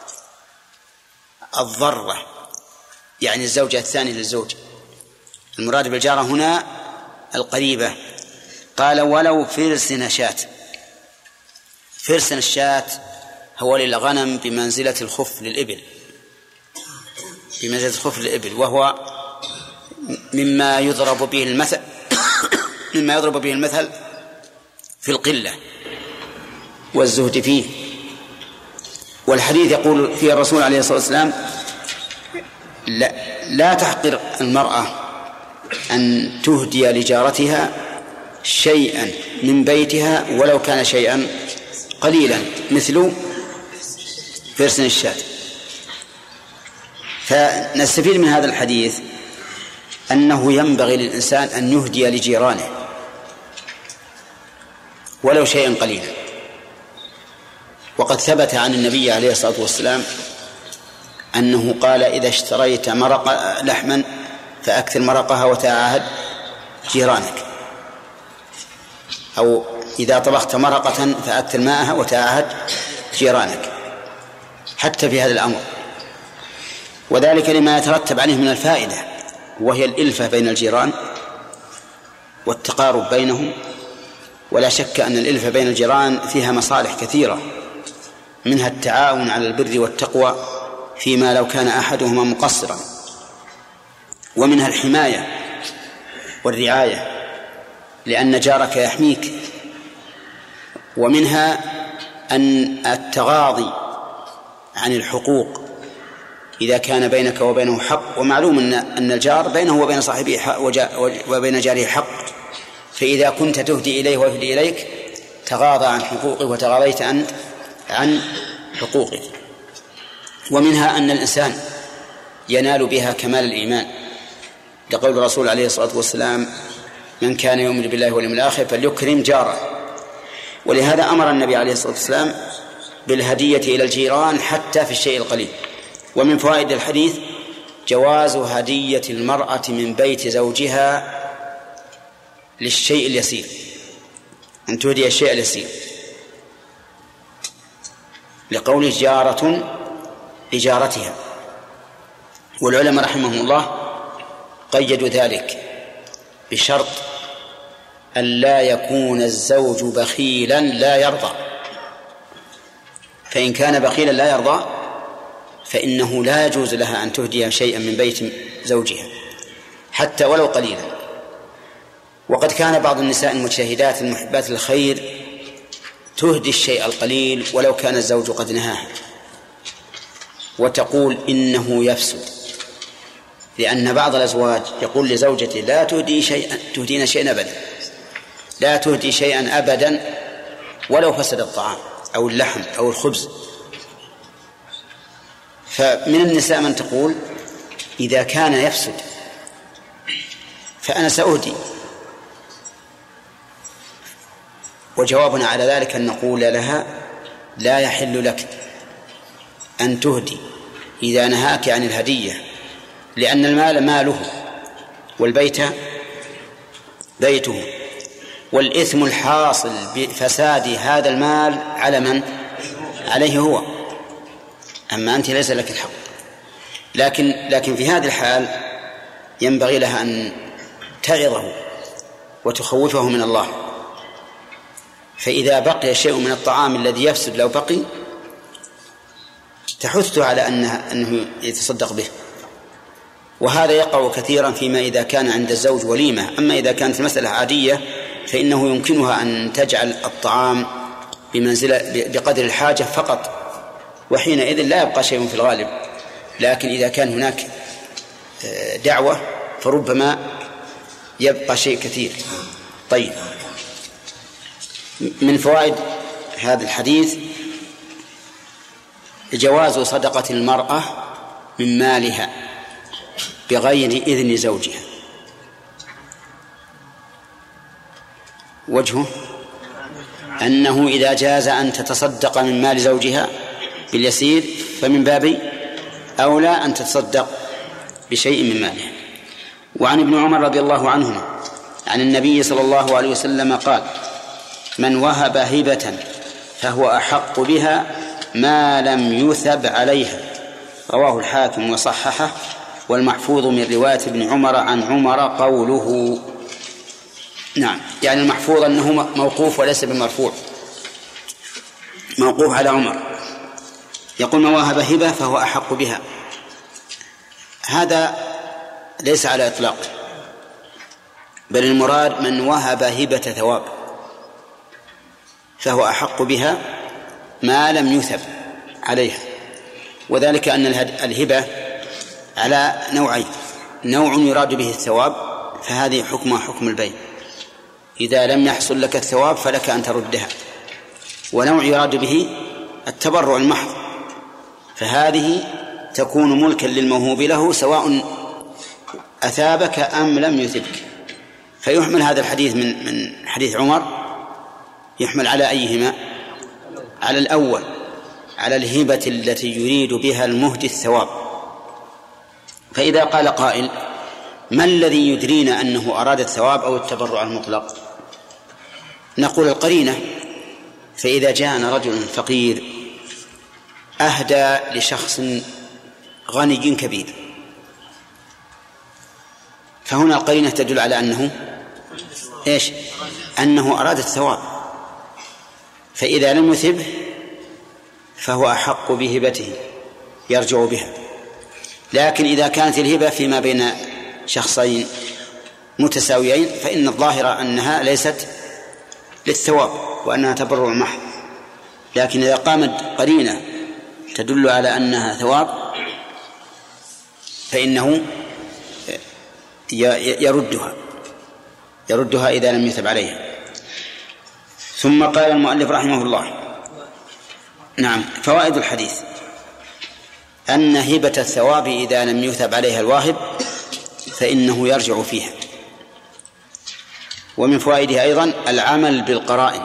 الضرة يعني الزوجة الثانية للزوج، المراد بالجارة هنا القريبة. قال ولو فرسن شاة. فرسن الشاة هو للغنم بمنزلة الخف للإبل، بمنزلة الخف للإبل، وهو مما يضرب به المثل مما يضرب به المثل في القلة والزهد فيه. والحديث يقول فيه الرسول عليه الصلاة والسلام لا, لا تحقر المرأة أن تهدي لجارتها شيئا من بيتها ولو كان شيئا قليلا مثل فرسن الشاة. فنستفيد من هذا الحديث أنه ينبغي للإنسان أن يهدي لجيرانه ولو شيئا قليلا. وقد ثبت عن النبي عليه الصلاة والسلام أنه قال إذا اشتريت مرق لحما فأكثر مرقها وتعاهد جيرانك، أو إذا طبخت مرقة فأكثر ماءها وتعاهد جيرانك، حتى في هذا الأمر. وذلك لما يترتب عليه من الفائدة، وهي الإلفة بين الجيران والتقارب بينهم. ولا شك أن الإلفة بين الجيران فيها مصالح كثيرة، منها التعاون على البر والتقوى فيما لو كان أحدهما مقصرا، ومنها الحماية والرعاية لأن جارك يحميك، ومنها أن التغاضي عن الحقوق إذا كان بينك وبينه حق. ومعلوم أن أن الجار بينه وبين صاحبه حق وبين جاره حق، فإذا كنت تهدي إليه ويهدي إليك تغاضى عن حقوقه وتغاضيت أنت عن حقوقه. ومنها أن الإنسان ينال بها كمال الإيمان، لقول الرسول عليه الصلاة والسلام: من كان يؤمن بالله واليوم الآخر فليكرم جاره. ولهذا أمر النبي عليه الصلاة والسلام بالهدية إلى الجيران حتى في الشيء القليل. ومن فوائد الحديث جواز هدية المرأة من بيت زوجها للشيء اليسير، أن تهدي الشيء اليسير، لقول جارة لجارتها. والعلماء رحمهم الله قيدوا ذلك بشرط أن لا يكون الزوج بخيلا لا يرضى، فإن كان بخيلا لا يرضى فإنه لا يجوز لها أن تهدي شيئا من بيت زوجها حتى ولو قليلا. وقد كان بعض النساء المجتهدات المحبات للخير تهدي الشيء القليل ولو كان الزوج قد نهاها، وتقول إنه يفسد، لأن بعض الأزواج يقول لزوجته: لا تهدي شيئا تهدين شيئا أبدا، لا تهدي شيئا أبدا ولو فسد الطعام أو اللحم أو الخبز. فمن النساء من تقول: إذا كان يفسد فأنا سأهدي. وجوابنا على ذلك أن نقول لها: لا يحل لك أن تهدي إذا نهاك عن الهدية، لأن المال ماله والبيت بيته، والإثم الحاصل بفساد هذا المال على من؟ عليه هو، أما أنت ليس لك الحق. لكن لكن في هذه الحال ينبغي لها أن تعظه وتخوفه من الله، فإذا بقي شيء من الطعام الذي يفسد لو بقي تحثه على أنه, أنه يتصدق به. وهذا يقع كثيرا فيما إذا كان عند الزوج وليمة. أما إذا كانت المسألة عادية فإنه يمكنها أن تجعل الطعام بمنزلة بقدر الحاجة فقط، وحينئذ لا يبقى شيء في الغالب. لكن إذا كان هناك دعوة فربما يبقى شيء كثير. طيب، من فوائد هذا الحديث جواز صدقة المرأة من مالها بغير إذن زوجها. وجهه أنه إذا جاز أن تتصدق من مال زوجها باليسير فمن باب أولى أن تتصدق بشيء من مالها. وعن ابن عمر رضي الله عنهما عن النبي صلى الله عليه وسلم قال: من وهب هبة فهو أحق بها ما لم يثب عليها. رواه الحاكم وصححه. والمحفوظ من رواية ابن عمر عن عمر قوله. نعم، يعني المحفوظ أنه موقوف وليس بمرفوع، موقوف على عمر. يقول: من وهب هبة فهو أحق بها. هذا ليس على إطلاق، بل المراد من وهب هبة ثواب فهو أحق بها ما لم يثب عليها. وذلك أن الهبة على نوعين: نوع يراد به الثواب فهذه حكمها حكم البيع، إذا لم يحصل لك الثواب فلك أن تردها. ونوع يراد به التبرع المحض، فهذه تكون ملكا للموهوب له سواء أثابك أم لم يثبك. فيحمل هذا الحديث من من حديث عمر يحمل على أيهما؟ على الأول، على الهبة التي يريد بها المهدي الثواب. فإذا قال قائل: ما الذي يدرينا أنه أراد الثواب أو التبرع المطلق؟ نقول: القرينة. فإذا جاءنا رجل فقير أهدى لشخص غني كبير، فهنا القرينة تدل على أنه إيش؟ أنه أراد الثواب. فإذا لم يثبه فهو أحق بهبته يرجع بها. لكن إذا كانت الهبة فيما بين شخصين متساويين فإن الظاهر أنها ليست للثواب وأنها تبرع محض. لكن إذا قامت قرينة تدل على أنها ثواب فإنه يردها يردها إذا لم يثب عليها. ثم قال المؤلف رحمه الله: نعم، فوائد الحديث. أن هبة الثواب إذا لم يثب عليها الواهب فإنه يرجع فيها. ومن فوائدها أيضا العمل بالقرائن،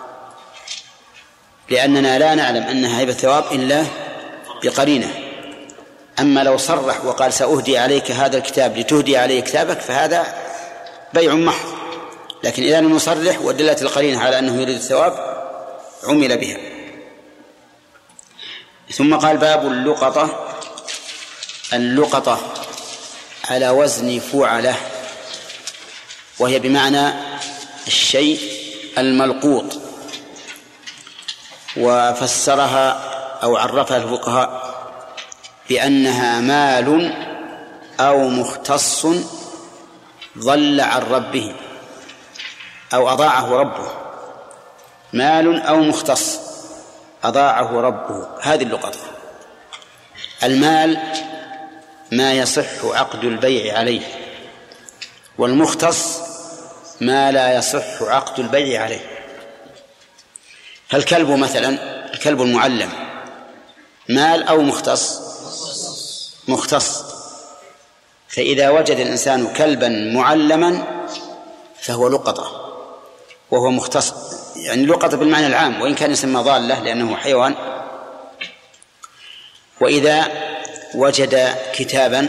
لأننا لا نعلم أنها هبة ثواب إلا بقرينة. أما لو صرح وقال سأهدي عليك هذا الكتاب لتهدي عليه كتابك فهذا بيع محض، لكن إذا لم يصرح ودلت القرينة على أنه يريد الثواب عمل بها. ثم قال باب اللقطة. اللقطة على وزن فعله، وهي بمعنى الشيء الملقوط، وفسرها أو عرفها الفقهاء بأنها مال أو مختص ضل عن ربه أو أضاعه ربه. مال أو مختص أضاعه ربه، هذه اللقطة. المال ما يصح عقد البيع عليه، والمختص ما لا يصح عقد البيع عليه. فالكلب مثلا، الكلب المعلم مال أو مختص؟ مختص. فإذا وجد الإنسان كلبا معلما فهو لقطة، وهو مختص، يعني لقطة بالمعنى العام، وإن كان يسمى ضالة لأنه حيوان. وإذا وجد كتابا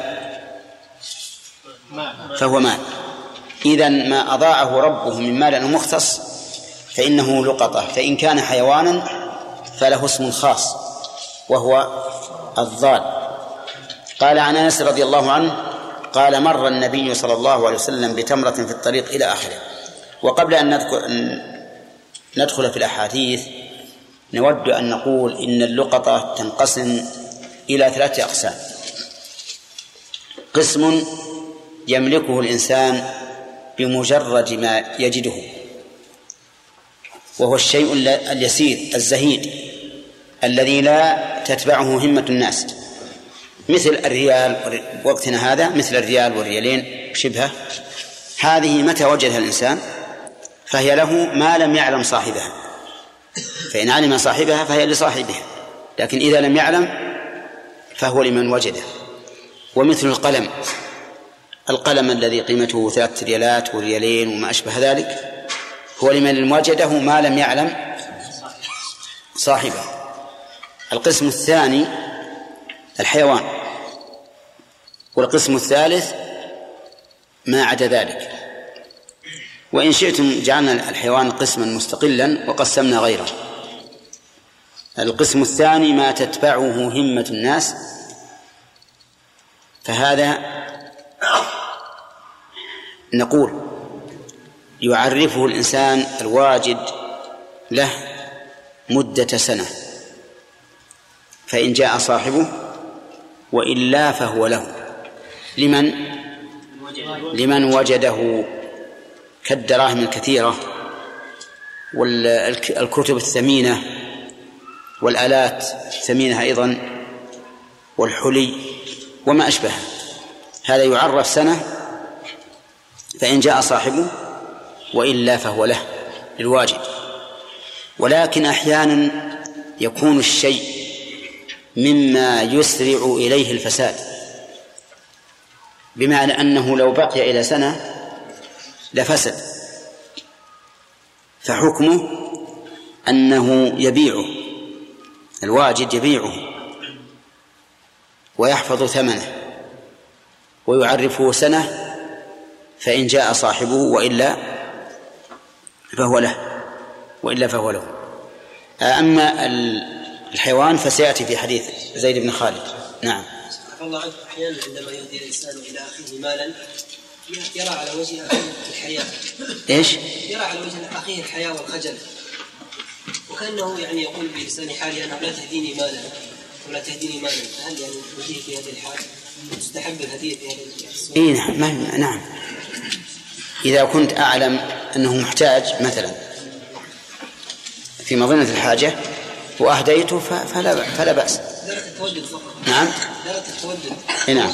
فهو مال. إذن ما أضاعه ربه من مال أو مختص فإنه لقطة. فإن كان حيوانا فله اسم خاص وهو الضال. قال عن أنس رضي الله عنه قال مر النبي صلى الله عليه وسلم بتمرة في الطريق إلى آخره. وقبل أن ندخل في الأحاديث نود أن نقول إن اللقطة تنقسم إلى ثلاثة أقسام. قسم يملكه الإنسان بمجرد ما يجده، وهو الشيء اليسير الزهيد الذي لا تتبعه همة الناس، مثل الريال وقتنا هذا، مثل الريال والريالين شبهه. هذه متى وجدها الإنسان فهي له ما لم يعلم صاحبها، فإن علم صاحبها فهي لصاحبها، لكن إذا لم يعلم فهو لمن وجده. ومثل القلم، القلم الذي قيمته ثلاثة ريالات وريالين وما أشبه ذلك هو لمن وجده ما لم يعلم صاحبه. القسم الثاني الحيوان، والقسم الثالث ما عدا ذلك. وإن شئتم جعلنا الحيوان قسما مستقلا وقسمنا غيره. القسم الثاني ما تتبعه همة الناس، فهذا نقول يعرفه الإنسان الواجد له مدة سنة، فإن جاء صاحبه وإلا فهو له. لمن لمن وجده كالدراهم الكثيرة والكتب الثمينة والآلات الثمينة أيضا والحلي وما أشبه، هذا يعرف سنة، فإن جاء صاحبه وإلا فهو له للواجد. ولكن أحيانا يكون الشيء مما يسرع إليه الفساد، بمعنى أنه لو بقي إلى سنة لفسد، فحكمه أنه يبيعه، الواجد يبيعه ويحفظ ثمنه ويعرفه سنة، فإن جاء صاحبه وإلا فهو له وإلا فهو له. أما الحيوان فسيأتي في حديث زيد بن خالد. نعم. الله عنه أحيانا عندما يهدي الإنسان إلى أخيه مالا يرى على وجه أخيه الحياة. إيش؟ يرى على وجه أخيه الحياة والخجل، وكأنه يعني يقول بلسان حاله أنه لا تهديني مالا ولا تهديني مالا. هل يعني الهدية في هذه الحال تستحب الهدية في هذه الحال؟ إيه نعم. نعم إذا كنت أعلم أنه محتاج مثلا في مظنة الحاجة وأهديته فلا فلا بأس. نعم. نعم.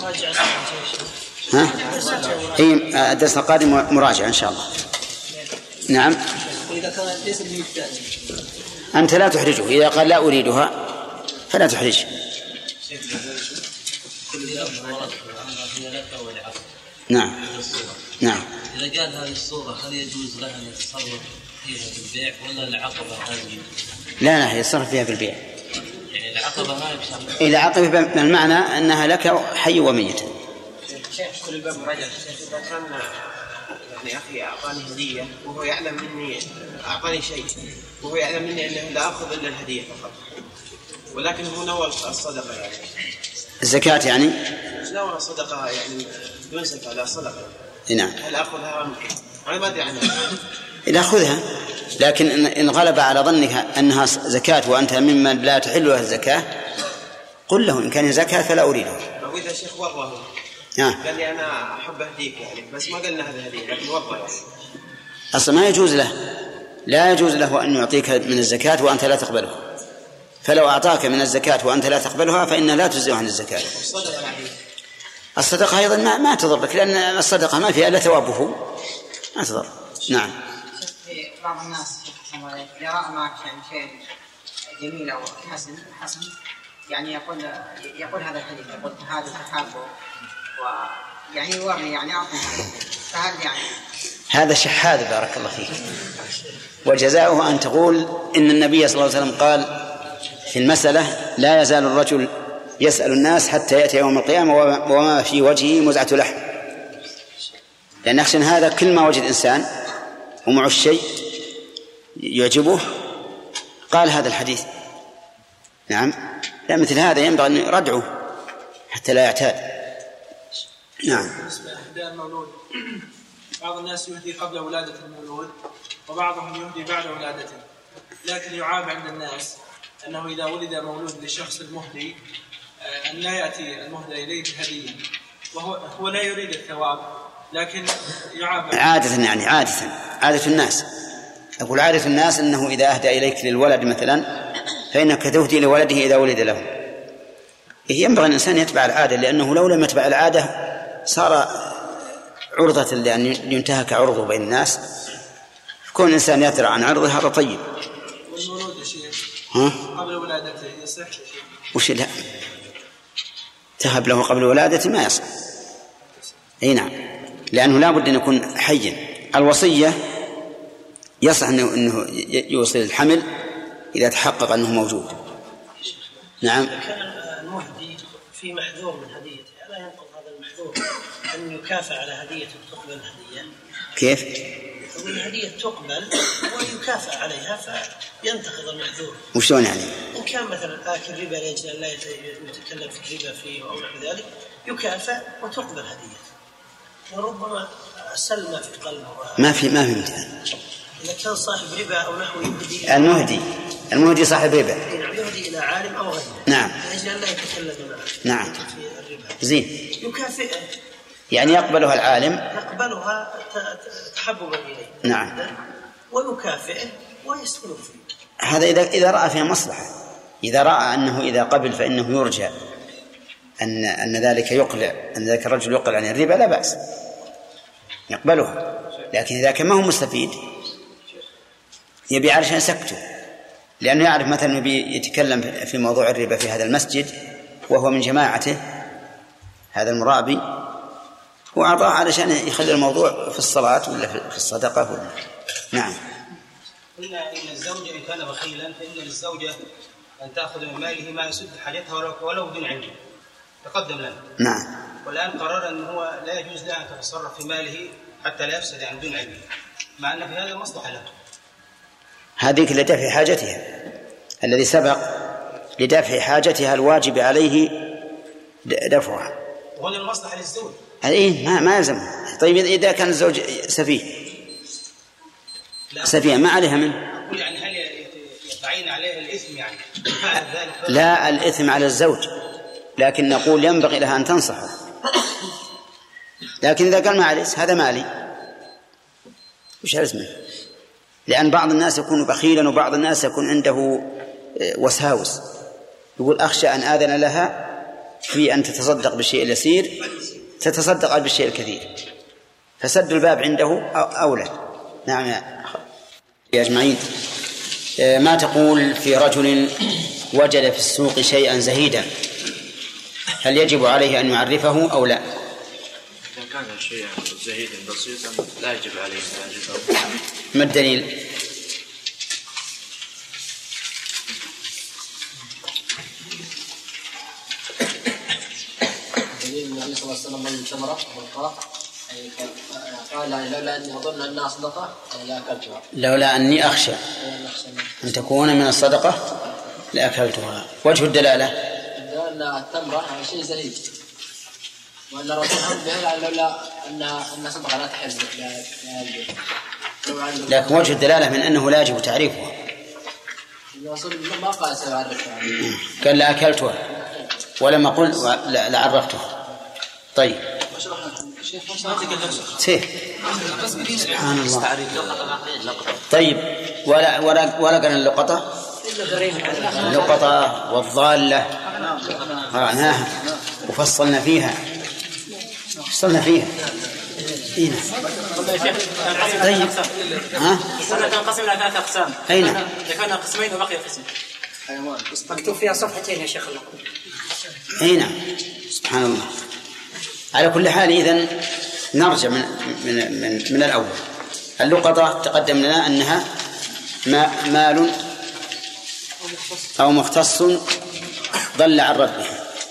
ها؟ إيه الدرس القادم مراجعة إن شاء الله. نعم. وإذا كان ليس بمحتاج أنت لا تحرجه، إذا قال لا أريدها فلا تحرجه. نعم نعم. إذا قال هذه الصورة هل يجوز لها أن يتصرف فيها بالبيع ولا العقبة هذه؟ لا لا يتصرف فيها بالبيع. يعني العقبة هاي بشرط. إلى عقبة المعنى أنها لك حي وميت. شيخ كل الباب رجل إذا كان يعني أخي أعطاني هدية وهو يعلم مني أعطاني شيء وهو يعلم مني أنه لا أخذ إلا الهدية فقط ولكن هو نوى الصدقة يعني الزكاة يعني نوى الصدقة يعني بدون زكاة لا صدقة. نعم. هل أخذها ممكن؟ أنا ما أدري عنها. إذا أخذها لكن إن غلب على ظنك أنها زكاة وأنت ممن لا تحل له الزكاة قل له إن كان زكاة فلا أريده. أو إذا شيخ وضعه آه. قال لي أنا أحب أهديك يعني بس ما قلنا هذا هدية لكن وضعه أصلا ما يجوز له لا يجوز له أن يعطيك من الزكاة وأنت لا تقبلها فلو أعطاك من الزكاة وأنت لا تقبلها فإنها لا تجزئ عن الزكاة. الصدقة أيضا ما, ما تضرك لأن الصدقة ما فيها إلا ثوابه ما تضر. نعم. بعض الناس إذا رأى معك يعني شيء جميل أو حسن حسن يعني يقول يقول هذا الحديث يقول هذا تحابه ويعني يوري يعني أعطي فهل يعني هذا شحاذ بارك الله فيك وجزاؤه أن تقول إن النبي صلى الله عليه وسلم قال في المسألة لا يزال الرجل يسأل الناس حتى يأتي يوم القيامة وما في وجهه مزعة لحم لأن أخشى هذا كل ما وجد إنسان ومعه الشيء يعجبه قال هذا الحديث. نعم. لا مثل هذا ينبغي أن ردعه حتى لا يعتاد. نعم. بالنسبة لإهداء المولود بعض الناس يهدي قبل ولادة المولود وبعضهم يهدي بعد ولادته لكن يعاب عند الناس أنه إذا ولد مولود لشخص المهدي أن لا يأتي المهدى إليه هدية وهو هو لا يريد الثواب لكن يعاب عادة يعني عادة عادة الناس أقول عادة الناس أنه إذا أهدى إليك للولد مثلا فإنك تهدي لولده إذا ولد له. ينبغي الإنسان يتبع العادة لأنه لو لم يتبع العادة صار عرضة لأن ينتهك عرضه بين الناس. كون الإنسان يترى عن عرضه هذا طيب. والمولود يا شيخ ها؟ قبل ولادته يصح؟ وش لا تهب له قبل ولادته ما يصح. أي نعم لأنه لا بد أن يكون حيا. الوصية يصح أنه, إنه يوصل الحمل إذا تحقق أنه موجود. نعم. كان المهدي في محذور من هديته ألا ينقض هذا المحذور أن يكافئ على هدية تقبل هدية؟ كيف؟ يقول هدية تقبل ويكافئ عليها فينتقض المحذور. وشلون يعني؟ إن كان مثلا آكل ربا لأجل أن لا يتكلم في الربا فيه أو نحو ذلك يكافئ وتقبل هدية وربما سلم في قلبه. ما في ما في امتحان. إذا كان صاحب ربا أو نحو يهدي المهدي المهدي صاحب ربا نعم يهدي إلى عالم أو غيره نعم لأجل أن لا يتكلم معه نعم في الربا زين يكافئه يعني يقبلها العالم يقبلها تحببا إليه نعم ويكافئه ويسكن فيه. هذا إذا إذا رأى فيها مصلحة. إذا رأى أنه إذا قبل فإنه يرجى أن أن ذلك يقلع أن ذلك الرجل يقلع عن الربا لا بأس يقبله. لكن إذا كان ما هو مستفيد يبي علشان سكته لأنه يعرف مثلا يبي يتكلم في موضوع الربا في هذا المسجد وهو من جماعته هذا المرابي وأعطاه علشان يخلي الموضوع في الصلاة ولا في الصدقة ولا. نعم. قلنا إن الزوجة إن كان بخيلا فإن للزوجة أن تأخذ من ماله ما يسد حاجتها ولو بدون علم تقدم لنا. نعم. والآن قرر أن هو لا يجوز له أن تتصرف في ماله حتى لا يفسد عن دون علم مع أن في هذا مصلحة له. هذه لدفع حاجتها الذي سبق لدفع حاجتها الواجب عليه دفعها. وهنا المصلحة للزوج. إيه ما ما يلزم. طيب إذا كان الزوج سفيه سفيه ما عليها منه. أقول يعني هل يتعين عليه الإثم يعني؟ لا الإثم على الزوج لكن نقول ينبغي لها أن تنصحه. لكن إذا قال ما عليه هذا مالي وش اسمه؟ لأن بعض الناس يكون بخيلا وبعض الناس يكون عنده وساوس يقول أخشى أن آذن لها في أن تتصدق بالشيء اليسير تتصدق بالشيء الكثير فسد الباب عنده أولى. نعم يا أجمعين. ما تقول في رجل وجد في السوق شيئا زهيدا هل يجب عليه أن يعرفه أو لا؟ إذا كان شيئا زهيدا بسيطا لا يجب عليه أن يعرفه. ما الدليل؟ النبي صلى الله عليه وسلم من شمرة والقاء قال لولا أني أظن أنها صدقة لأكلتها. لولا أني أخشى أن تكون من الصدقة لأكلتها. وجه الدلالة أن التمرة شيء زهيد وأن الرسول هم بها لولا أنها أنها صدقة لا تحل. لكن وجه الدلالة من أنه لا يجب تعريفها. الرسول ما قال سيعرفها قال لأكلتها ولما قل لعرفتها. طيب سيف سبحان الله. طيب ولا ولا ولا قال اللقطة اللقطة والضالة قرأناها وفصلنا فيها فصلنا فيها هنا. طيب ها تنقسم إلى ثلاثة أقسام. أين؟ ذكرنا قسمين وبقي قسم. حيوان مكتوب فيها صفحتين يا شيخ. هنا سبحان الله. على كل حال إذن نرجع من من من, من الأول. اللقطة تقدم لنا أنها مال أو مختص ضل عن ربه،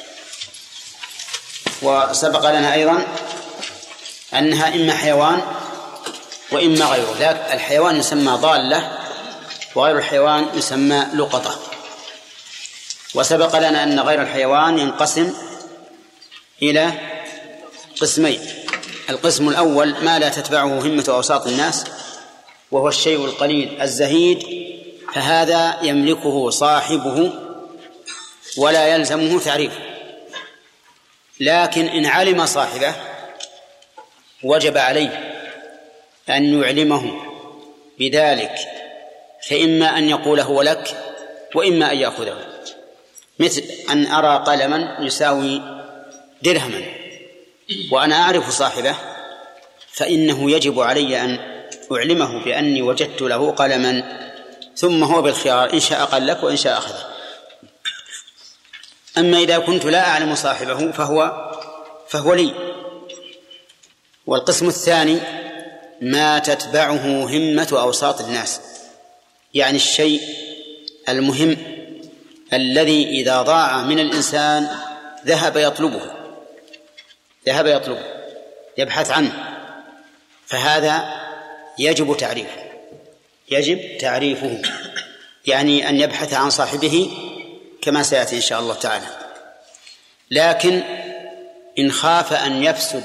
وسبق لنا أيضا أنها إما حيوان وإما غيره. لكن الحيوان يسمى ضالة وغير الحيوان يسمى لقطة. وسبق لنا أن غير الحيوان ينقسم إلى قسمين. القسم الأول ما لا تتبعه همة أوساط الناس وهو الشيء القليل الزهيد، فهذا يملكه صاحبه ولا يلزمه تعريفه، لكن إن علم صاحبه وجب عليه أن يعلمه بذلك، فإما أن يقول هو لك وإما أن يأخذه. مثل أن أرى قلما يساوي درهما وأنا أعرف صاحبه، فإنه يجب علي أن أعلمه بأني وجدت له قلما، ثم هو بالخيار إن شاء قال لك وإن شاء أخذه. أما إذا كنت لا أعلم صاحبه فهو فهو لي. والقسم الثاني ما تتبعه همة أوساط الناس، يعني الشيء المهم الذي إذا ضاع من الإنسان ذهب يطلبه ذهب يطلبه يبحث عنه، فهذا يجب تعريفه يجب تعريفه يعني أن يبحث عن صاحبه كما سيأتي إن شاء الله تعالى. لكن إن خاف أن يفسد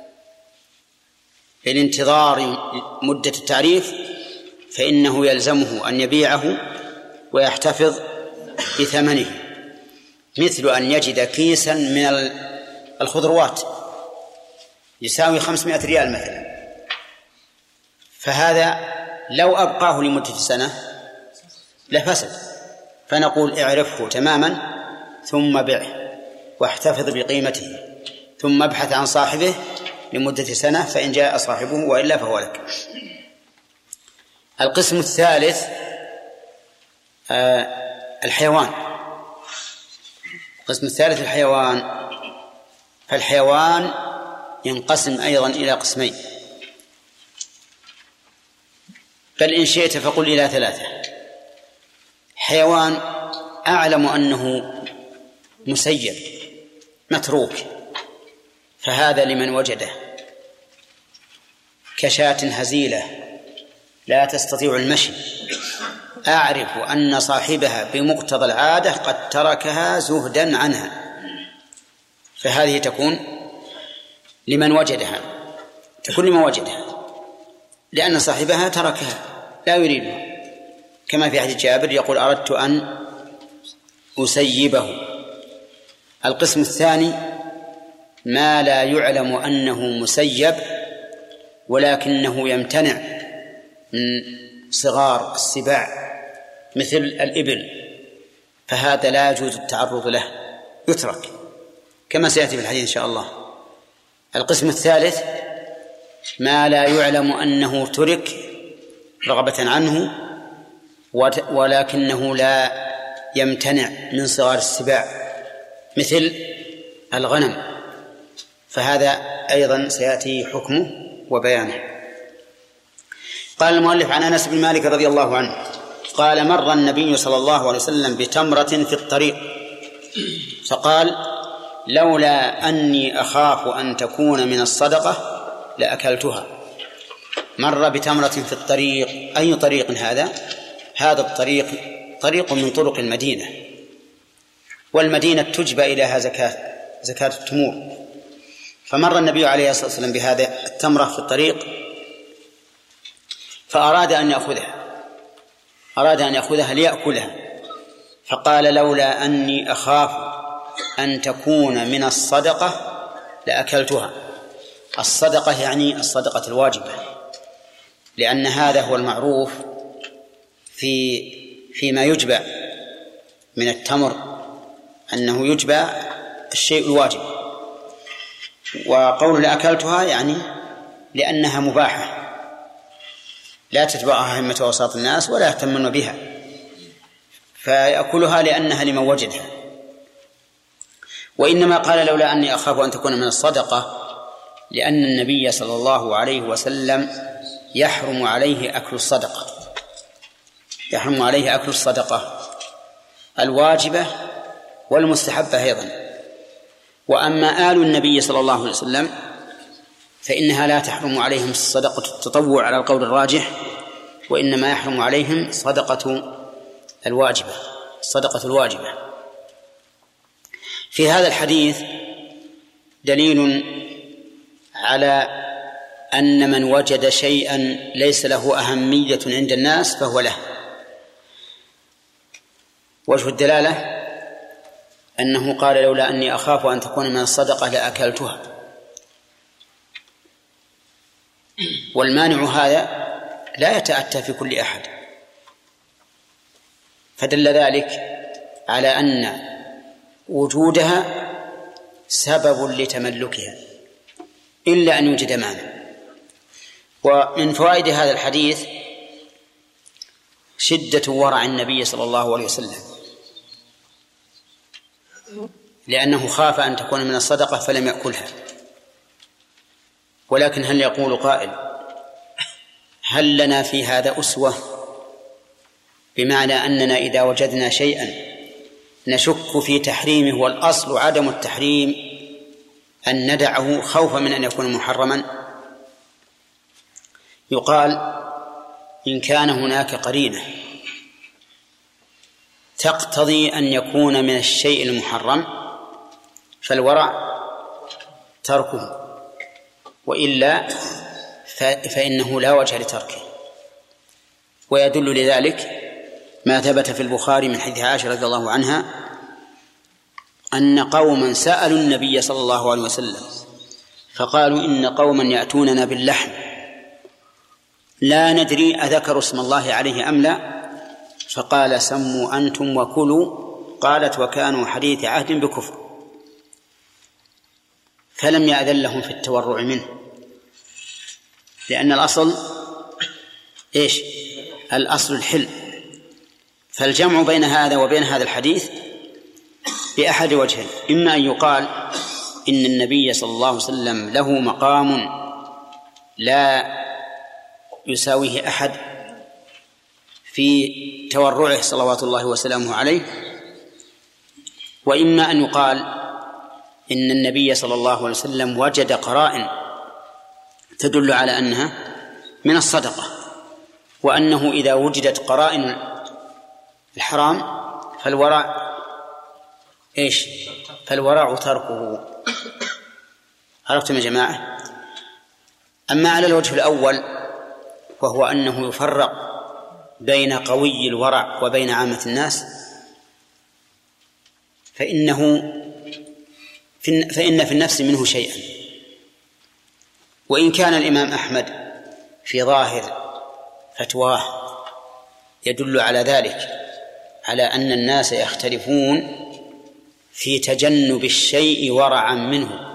الانتظار مدة التعريف فإنه يلزمه أن يبيعه ويحتفظ بثمنه، مثل أن يجد كيسا من الخضروات يساوي خمسمائة ريال مثلا، فهذا لو أبقاه لمدة سنة لفسد، فنقول اعرفه تماما ثم بعه واحتفظ بقيمته، ثم ابحث عن صاحبه لمدة سنة، فإن جاء صاحبه وإلا فهو لك. القسم الثالث آه الحيوان. القسم الثالث الحيوان. فالحيوان ينقسم أيضا إلى قسمين، بل إن شئت فقل إلى ثلاثة. حيوان أعلم أنه مسير متروك، فهذا لمن وجده، كشاة هزيلة لا تستطيع المشي، أعرف أن صاحبها بمقتضى العادة قد تركها زهدا عنها، فهذه تكون لمن وجدها تكون لمن وجدها لأن صاحبها تركها لا يريدها، كما في حديث جابر يقول أردت أن أسيبه. القسم الثاني ما لا يعلم أنه مسيب ولكنه يمتنع من صغار السباع مثل الإبل، فهذا لا يجوز التعرض له، يترك كما سيأتي في الحديث إن شاء الله. القسم الثالث ما لا يعلم أنه ترك رغبة عنه ولكنه لا يمتنع من صغار السباع، مثل الغنم، فهذا أيضا سيأتي حكمه وبيانه. قال المؤلف عن أنس بن مالك رضي الله عنه قال مر النبي صلى الله عليه وسلم بتمرة في الطريق فقال لولا أني أخاف أن تكون من الصدقة لأكلتها. مر بتمرة في الطريق، أي طريق هذا؟ هذا الطريق طريق من طرق المدينة، والمدينة تجبى إليها زكاة زكاة التمور. فمر النبي عليه الصلاة والسلام بهذا التمرة في الطريق فأراد أن يأخذها أراد أن يأخذها ليأكلها، فقال لولا أني أخاف أن تكون من الصدقة لأكلتها. الصدقة يعني الصدقة الواجبة، لأن هذا هو المعروف في فيما يجبى من التمر أنه يجبى الشيء الواجب. وقول لأكلتها يعني لأنها مباحة لا تتبعها همة وساط الناس ولا يهتمون بها، فيأكلها لأنها لمن وجدها. وإنما قال لولا أني أخاف أن تكون من الصدقة لأن النبي صلى الله عليه وسلم يحرم عليه أكل الصدقة يحرم عليه أكل الصدقة الواجبة والمستحبة أيضا. وأما آل النبي صلى الله عليه وسلم فإنها لا تحرم عليهم صدقة التطوع على القول الراجح، وإنما يحرم عليهم صدقة الواجبة الصدقة الواجبة. في هذا الحديث دليل على أن من وجد شيئا ليس له أهمية عند الناس فهو له. وجه الدلالة أنه قال لولا أني أخاف أن تكون من الصدقة لأكلتها، والمانع هذا لا يتأتى في كل أحد، فدل ذلك على أن وجودها سبب لتملكها إلا أن يوجد مانع. ومن فوائد هذا الحديث شدة ورع النبي صلى الله عليه وسلم، لأنه خاف أن تكون من الصدقة فلم يأكلها. ولكن هل يقول قائل هل لنا في هذا أسوة؟ بمعنى أننا إذا وجدنا شيئا نشك في تحريمه والأصل عدم التحريم أن ندعه خوفا من أن يكون محرما. يقال إن كان هناك قرينة تقتضي أن يكون من الشيء المحرم فالورع تركه، وإلا فإنه لا وجه لتركه. ويدل لذلك ما ثبت في البخاري من حديث عائشة رضي الله عنها أن قوما سألوا النبي صلى الله عليه وسلم فقالوا إن قوما يأتوننا باللحم لا ندري أذكروا اسم الله عليه أم لا، فقال سموا أنتم وكلوا. قالت وكانوا حديث عهد بكفر، فلم يأذن لهم في التورع منه، لأن الأصل إيش؟ الأصل الحل. فالجمع بين هذا وبين هذا الحديث بأحد وجهين: إما أن يقال إن النبي صلى الله عليه وسلم له مقام لا يساويه أحد في تورعه صلوات الله وسلامه عليه، وإما أن يقال إن النبي صلى الله عليه وسلم وجد قرائن تدل على أنها من الصدقة، وأنه إذا وجدت قرائن الحرام فالورع إيش؟ فالورع تركه. عرفتم يا جماعة؟ أما على الوجه الأول وهو أنه يفرق بين قوي الورع وبين عامة الناس، فإنه فإن في النفس منه شيئا. وإن كان الإمام أحمد في ظاهر فتواه يدل على ذلك، على أن الناس يختلفون في تجنب الشيء ورعا منه،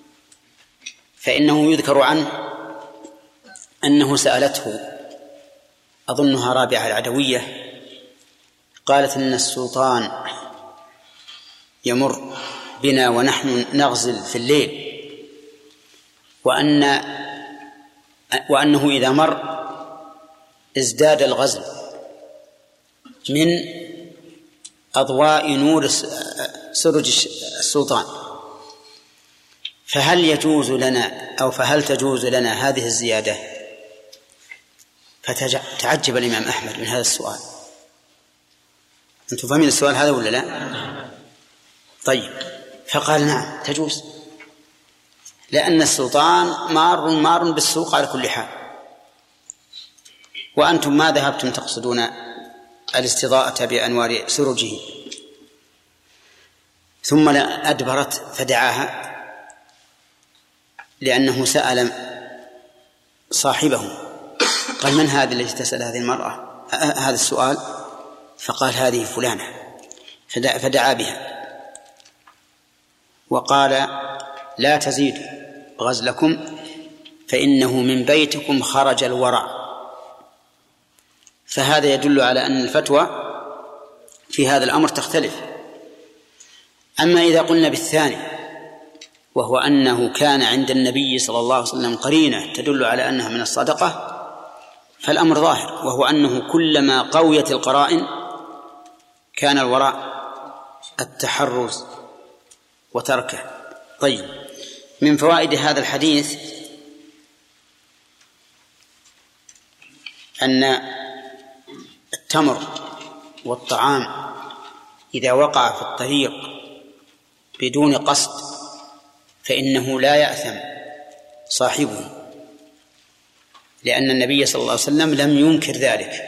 فإنه يذكر عنه أنه سألته أظنها رابعة العدوية، قالت إن السلطان يمر بنا ونحن نغزل في الليل، وأن وأنه إذا مر ازداد الغزل من أضواء نور سرج السلطان، فهل يجوز لنا أو فهل تجوز لنا هذه الزيادة؟ فتعجب الإمام أحمد من هذا السؤال. أنتم فاهمين السؤال هذا ولا لا؟ طيب، فقال نعم تجوز، لأن السلطان مار مار بالسوق على كل حال، وأنتم ما ذهبتم تقصدون الاستضاءة بأنوار سرجه. ثم أدبرت فدعاها لأنه سأل صاحبه، قال من هذه التي تسأل هذه المرأة هذا السؤال؟ فقال هذه فلانة، فدعا بها وقال لا تزيدوا غزلكم فإنه من بيتكم خرج الورع. فهذا يدل على أن الفتوى في هذا الأمر تختلف. أما إذا قلنا بالثاني وهو أنه كان عند النبي صلى الله عليه وسلم قرينة تدل على أنها من الصدقة، فالأمر ظاهر، وهو أنه كلما قويت القرائن كان الوراء التحرز وتركه. طيب، من فوائد هذا الحديث أن التمر والطعام إذا وقع في الطريق بدون قصد فإنه لا يأثم صاحبه، لأن النبي صلى الله عليه وسلم لم ينكر ذلك.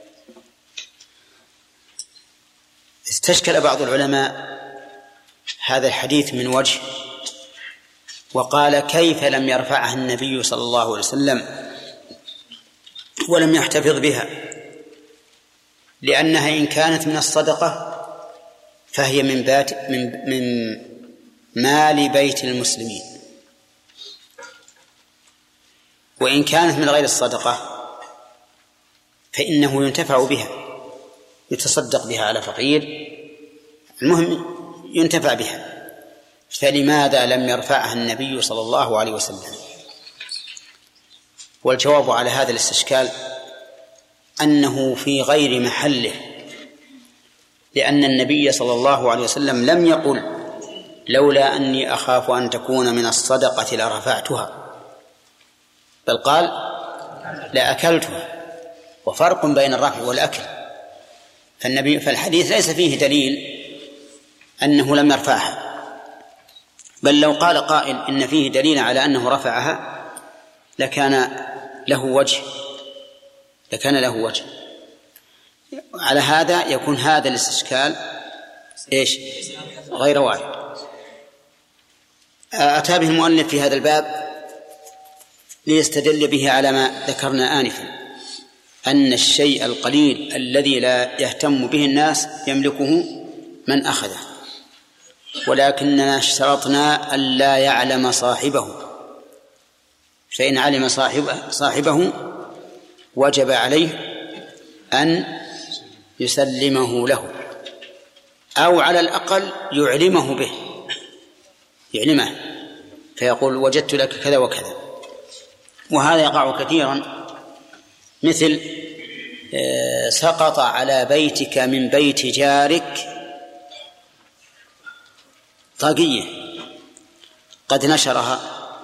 استشكل بعض العلماء هذا الحديث من وجه، وقال كيف لم يرفعها النبي صلى الله عليه وسلم ولم يحتفظ بها؟ لأنها إن كانت من الصدقة فهي من بات من من مال بيت المسلمين، وإن كانت من غير الصدقة فإنه ينتفع بها، يتصدق بها على فقير، المهم ينتفع بها. فلماذا لم يرفعها النبي صلى الله عليه وسلم؟ والجواب على هذا الاستشكال أنه في غير محله، لأن النبي صلى الله عليه وسلم لم يقل لولا أني أخاف أن تكون من الصدقة لرفعتها، بل قال لأكلتها، وفرق بين الرفع والأكل. فالنبي فالحديث ليس فيه دليل أنه لم يرفعها، بل لو قال قائل إن فيه دليل على أنه رفعها لكان له وجه لكان له وجه على هذا يكون هذا الاستشكال إيش غير وارد. أتى به المؤلف في هذا الباب ليستدل به على ما ذكرنا آنفا، أن الشيء القليل الذي لا يهتم به الناس يملكه من أخذه، ولكننا اشترطنا ألا يعلم صاحبه، فإن علم صاحبه, صاحبه وجب عليه أن يسلمه له، أو على الأقل يعلمه به، يعلمه فيقول وجدت لك كذا وكذا. وهذا يقع كثيرا، مثل سقط على بيتك من بيت جارك طاقية قد نشرها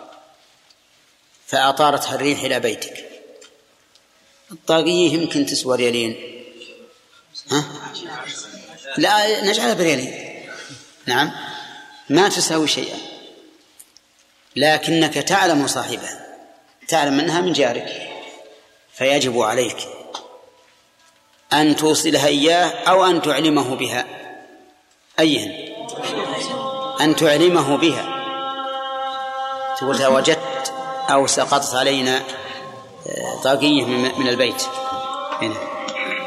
فأطارتها الريح إلى بيتك. الطاقية يمكن تسوى ريالين، ها؟ لا نجعلها بريالين، نعم ما تساوي شيئا، لكنك تعلم صاحبها، تعلم أنها من جارك، فيجب عليك أن توصلها إياه أو أن تعلمه بها. أيهن؟ أن تعلمه بها، تقول وجدت أو سقطت علينا طاقية من البيت هنا.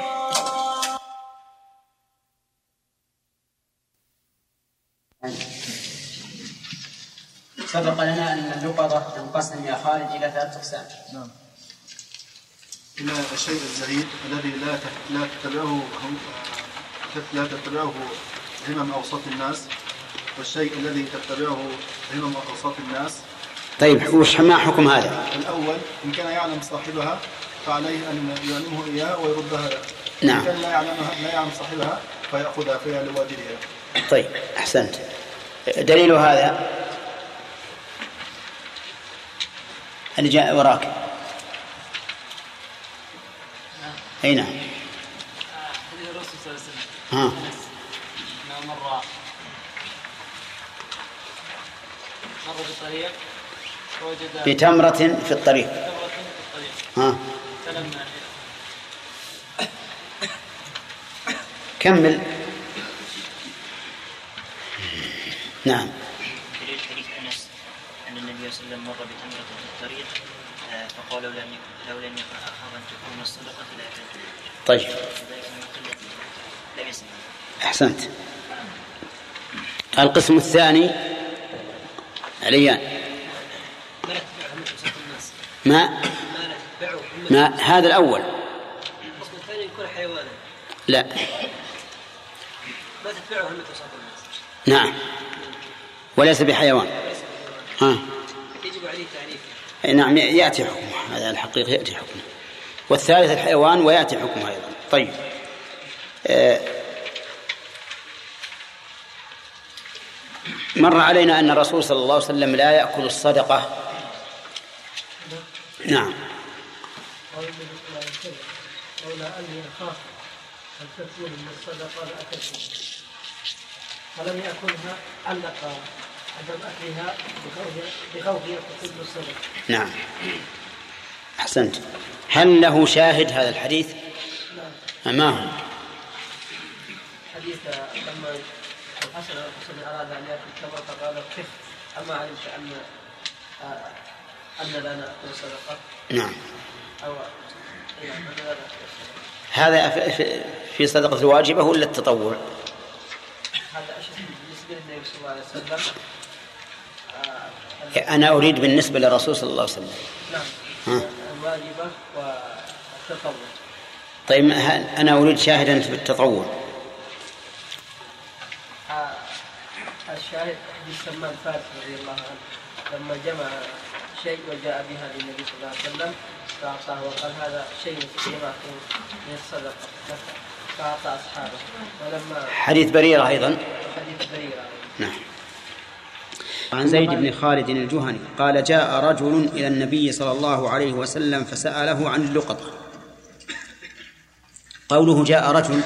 سبق لنا أن اللقطة تنقسم يا خالد إلى ثلاث أقسام. نعم. إلى الشيء الزهيد الذي لا لا تتبعه لا تتبعه همم أوسط الناس، والشيء الذي تتبعه همم وأوساط الناس. طيب وش ما حكم هذا؟ الأول إن كان يعلم صاحبها فعليه أن يعلمه إياها ويردها له. نعم. إن كان لا يعلمها لا يعلم صاحبها فيأخذها فيها لواجبها. طيب أحسنت. دليل هذا اللي جاء وراك. أي نعم. حديث الرسول صلى الله عليه وسلم. ها. مر مر بالطريق فوجد بتمرة في الطريق. تمرة في الطريق. ها. فلما كمل. نعم. دليل حديث أنس أن النبي صلى الله عليه وسلم مر بتمرة في الطريق فقال لولا أن لولا أن أخاف أن تكون الصدقة لا أكلت. طيب. لم يسمع. أحسنت. القسم الثاني عليان. ما ما هذا الأول. القسم الثاني يكون حيوانا. لا. ما تتبعه همة وسط الناس. نعم. وليس بحيوان. ها. يجب عليه تعريفه. نعم يأتي حكمه، هذا الحقيقة يأتي حكمه. والثالث الحيوان ويأتي حكمه أيضا. طيب. آه مر علينا أن الرسول صلى الله عليه وسلم لا يأكل الصدقة. نعم. لولا أني أخاف أن تكون من الصدقة لأكلتها فلم يأكلها علق عدم أكلها بخوف يأكل الصدقة. نعم أحسنت. هل له شاهد هذا الحديث؟ نعم. ما هو؟ حديث لما الحسن الحسن أراد أن يأكل التمر فقال كف أما علمت أن أن لا نأكل صدقة. نعم. أو هذا في صدقة الواجبة ولا التطوع؟ هذا أشد بالنسبة للنبي صلى الله عليه وسلم. أنا أريد بالنسبة للرسول صلى الله عليه وسلم. نعم. ها. الواجبة والتطوع. طيب أنا أريد شاهدا في التطوع. الشاهد حديث سلمان الفارسي رضي الله عنه لما جمع شيء وجاء بها للنبي صلى الله عليه وسلم فأعطاه وقال هذا شيء فيما من الصدقة فأعطى أصحابه. ولما حديث بريرة أيضا. حديث بريرة. نعم. عن زيد بن خالد الجهني قال جاء رجل إلى النبي صلى الله عليه وسلم فسأله عن اللقطة. قوله جاء رجل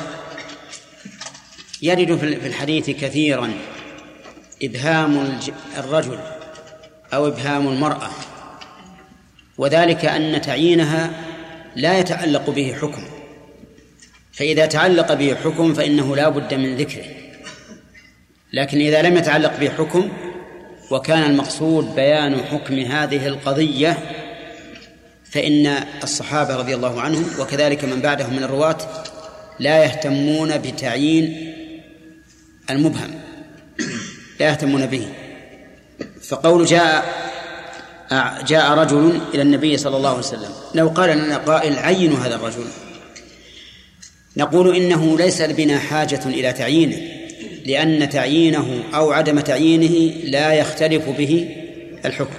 يرد في الحديث كثيرا إبهام الرجل أو إبهام المرأة، وذلك أن تعيينها لا يتعلق به حكم، فإذا تعلق به حكم فإنه لا بد من ذكره، لكن إذا لم يتعلق به حكم وكان المقصود بيان حكم هذه القضية فإن الصحابة رضي الله عنهم وكذلك من بعدهم من الرواة لا يهتمون بتعيين المبهم، لا يهتمون به. فقول جاء جاء رجل إلى النبي صلى الله عليه وسلم، لو قال لنا قائل عينوا هذا الرجل نقول إنه ليس بنا حاجة إلى تعيينه، لأن تعيينه أو عدم تعيينه لا يختلف به الحكم.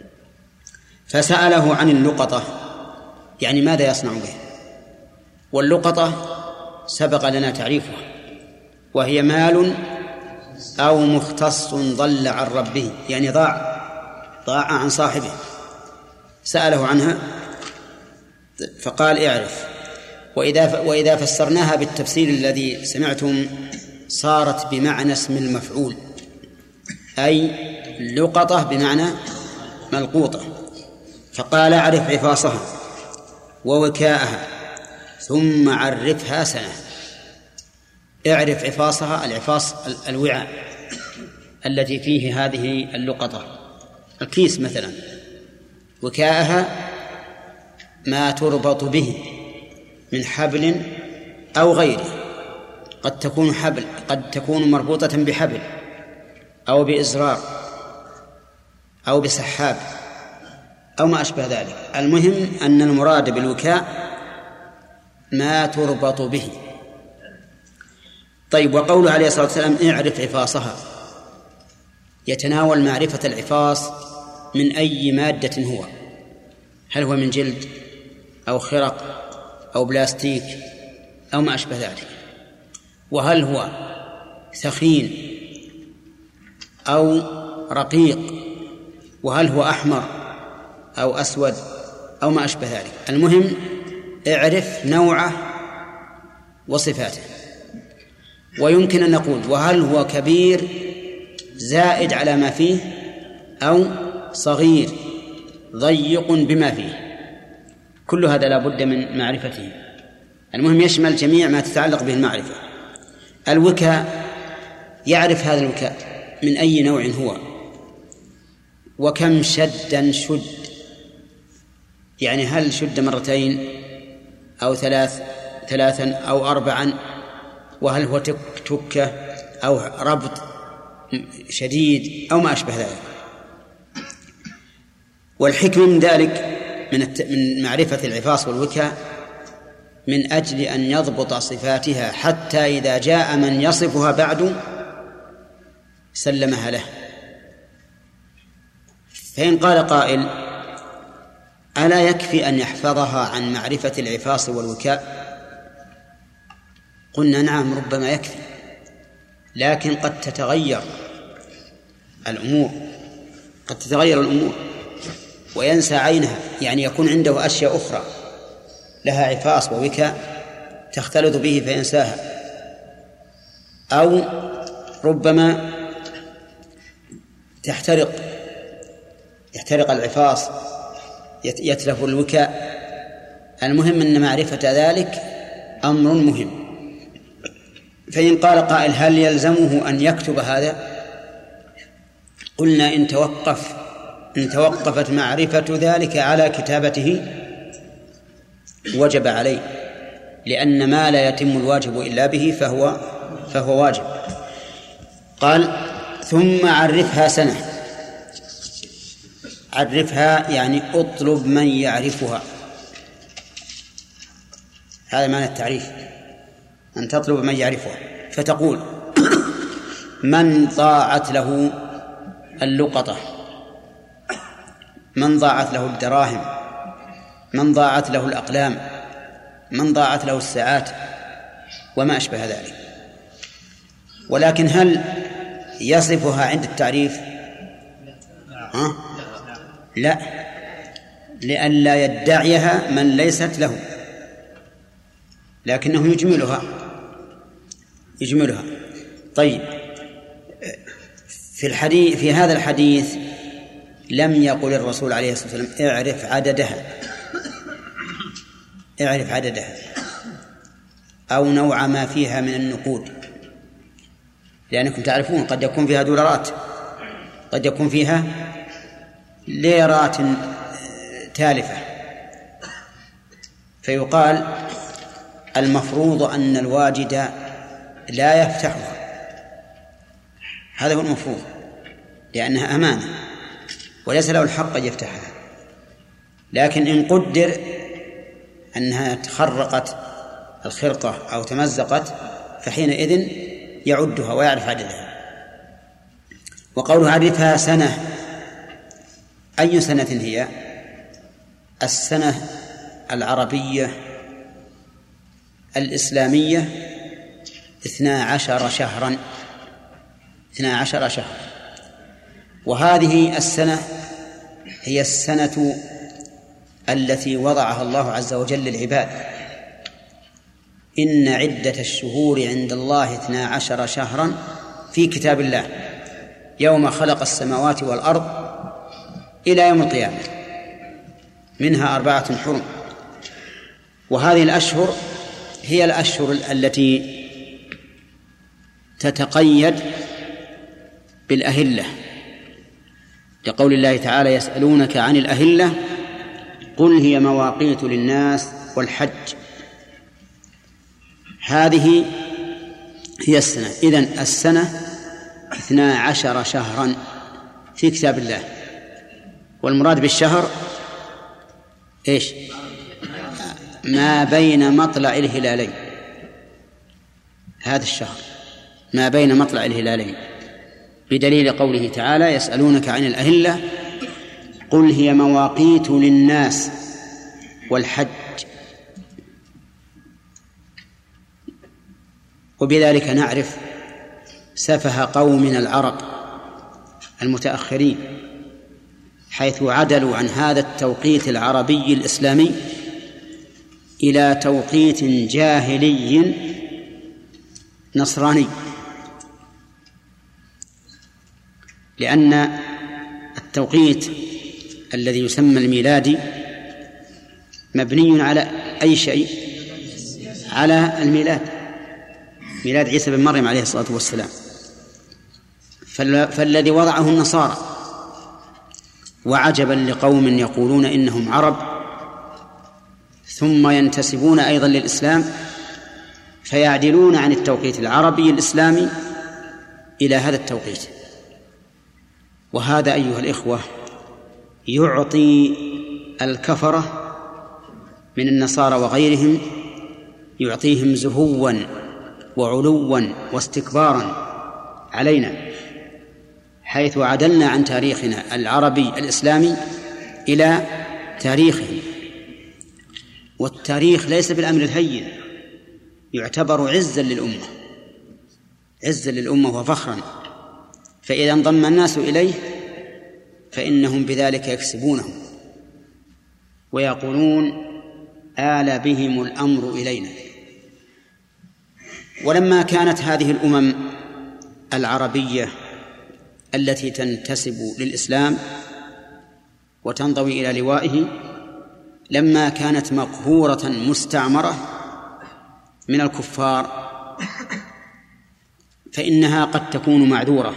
فسأله عن اللقطة، يعني ماذا يصنع به؟ واللقطة سبق لنا تعريفها، وهي مال أو مختص ضل عن ربه، يعني ضاع ضاع عن صاحبه. سأله عنها فقال اعرف. وإذا وإذا فسرناها بالتفسير الذي سمعتم صارت بمعنى اسم المفعول، أي لقطة بمعنى ملقوطة. فقال اعرف عفاصها ووكاءها ثم عرفها سنة. اعرف عفاصها، العفاص الوعاء التي فيه هذه اللقطة، الكيس مثلا. وكاءها ما تربط به من حبل أو غيره، قد تكون حبل، قد تكون مربوطة بحبل أو بإزرار أو بسحاب أو ما أشبه ذلك. المهم أن المراد بالوكاء ما تربط به. طيب، وقوله عليه الصلاة والسلام اعرف عفاصها، يتناول معرفة العفاص من أي مادة هو، هل هو من جلد أو خرق أو بلاستيك أو ما أشبه ذلك، وهل هو ثخين أو رقيق، وهل هو أحمر أو أسود أو ما أشبه ذلك. المهم اعرف نوعه وصفاته. ويمكن أن نقول وهل هو كبير زائد على ما فيه أو صغير ضيق بما فيه، كل هذا لا بد من معرفته. المهم يشمل جميع ما تتعلق به المعرفة. الوكاء يعرف هذا الوكاء من أي نوع هو، وكم شدا شد، يعني هل شد مرتين أو ثلاث ثلاثا أو أربعا، وهل هو تكة أو ربط شديد أو ما أشبه ذلك. والحكم من ذلك من من معرفة العفاص والوكاء من أجل أن يضبط صفاتها حتى إذا جاء من يصفها بعد سلمها له. فإن قال قائل ألا يكفي أن يحفظها عن معرفة العفاص والوكاء؟ قلنا نعم ربما يكفي، لكن قد تتغير الأمور قد تتغير الأمور وينسى عينها، يعني يكون عنده أشياء أخرى لها عفاص ووكاء تختلط به فينساها، أو ربما تحترق يحترق العفاص يتلف الوكاء. المهم أن معرفة ذلك أمر مهم. فإن قال قائل هل يلزمه أن يكتب هذا؟ قلنا إن توقف إن توقفت معرفة ذلك على كتابته وجب عليه، لأن ما لا يتم الواجب إلا به فهو فهو واجب. قال ثم عرفها سنة. عرفها يعني اطلب من يعرفها، هذا معنى التعريف، أن تطلب من يعرفها. فتقول من ضاعت له اللقطة، من ضاعت له الدراهم، من ضاعت له الأقلام، من ضاعت له الساعات وما أشبه ذلك. ولكن هل يصفها عند التعريف؟ ها؟ لا، لئلا يدعيها من ليست له، لكنه يجملها يجملها. طيب، في الحديث في هذا الحديث لم يقل الرسول عليه الصلاة والسلام اعرف عددها اعرف عددها أو نوع ما فيها من النقود، لأنكم تعرفون قد يكون فيها دولارات، قد يكون فيها ليرات تالفة، فيقال المفروض أن الواجد لا يفتحها، هذا هو المفروض، لأنها أمانة وليس له الحق أن يفتحها. لكن إن قدر أنها تخرقت الخرقة أو تمزقت فحينئذ يعدها ويعرف عددها. وقوله عرفها سنة، أي سنة هي؟ السنة العربية الإسلامية اثنا عشر شهرا اثنا عشر شهرا وهذه السنة هي السنة التي وضعها الله عز وجل للعباد. إن عدة الشهور عند الله اثنا عشر شهرا في كتاب الله يوم خلق السماوات والأرض إلى يوم القيامة، منها أربعة حرم. وهذه الأشهر هي الأشهر التي تتقيد بالأهلة، لقول الله تعالى يسألونك عن الأهلة قل هي مواقيت للناس والحج. هذه هي السنة. إذن السنة اثنا عشر شهرا في كتاب الله، والمراد بالشهر إيش؟ ما بين مطلع الهلالين، هذا الشهر ما بين مطلع الهلالين. بدليل قوله تعالى يسألونك عن الأهلة قل هي مواقيت للناس والحج. وبذلك نعرف سفه قوم من العرب المتأخرين حيث عدلوا عن هذا التوقيت العربي الإسلامي إلى توقيت جاهلي نصراني، لأن التوقيت الذي يسمى الميلادي مبني على أي شيء؟ على الميلاد، ميلاد عيسى بن مريم عليه الصلاة والسلام. فالذي وضعه النصارى، وعجبا لقوم يقولون إنهم عرب ثم ينتسبون أيضا للإسلام فيعدلون عن التوقيت العربي الإسلامي إلى هذا التوقيت. وهذا أيها الإخوة يعطي الكفرة من النصارى وغيرهم، يعطيهم زهوا وعلوا واستكبارا علينا، حيث عدلنا عن تاريخنا العربي الإسلامي إلى تاريخهم. والتاريخ ليس بالأمر الهين، يعتبر عزا للأمة، عزا للأمة وفخرا، فإذا انضم الناس إليه فإنهم بذلك يكسبونه ويقولون آل بهم الأمر إلينا. ولما كانت هذه الأمم العربية التي تنتسب للإسلام وتنضوي إلى لوائه لما كانت مقهورة مستعمرة من الكفار فإنها قد تكون معذورة،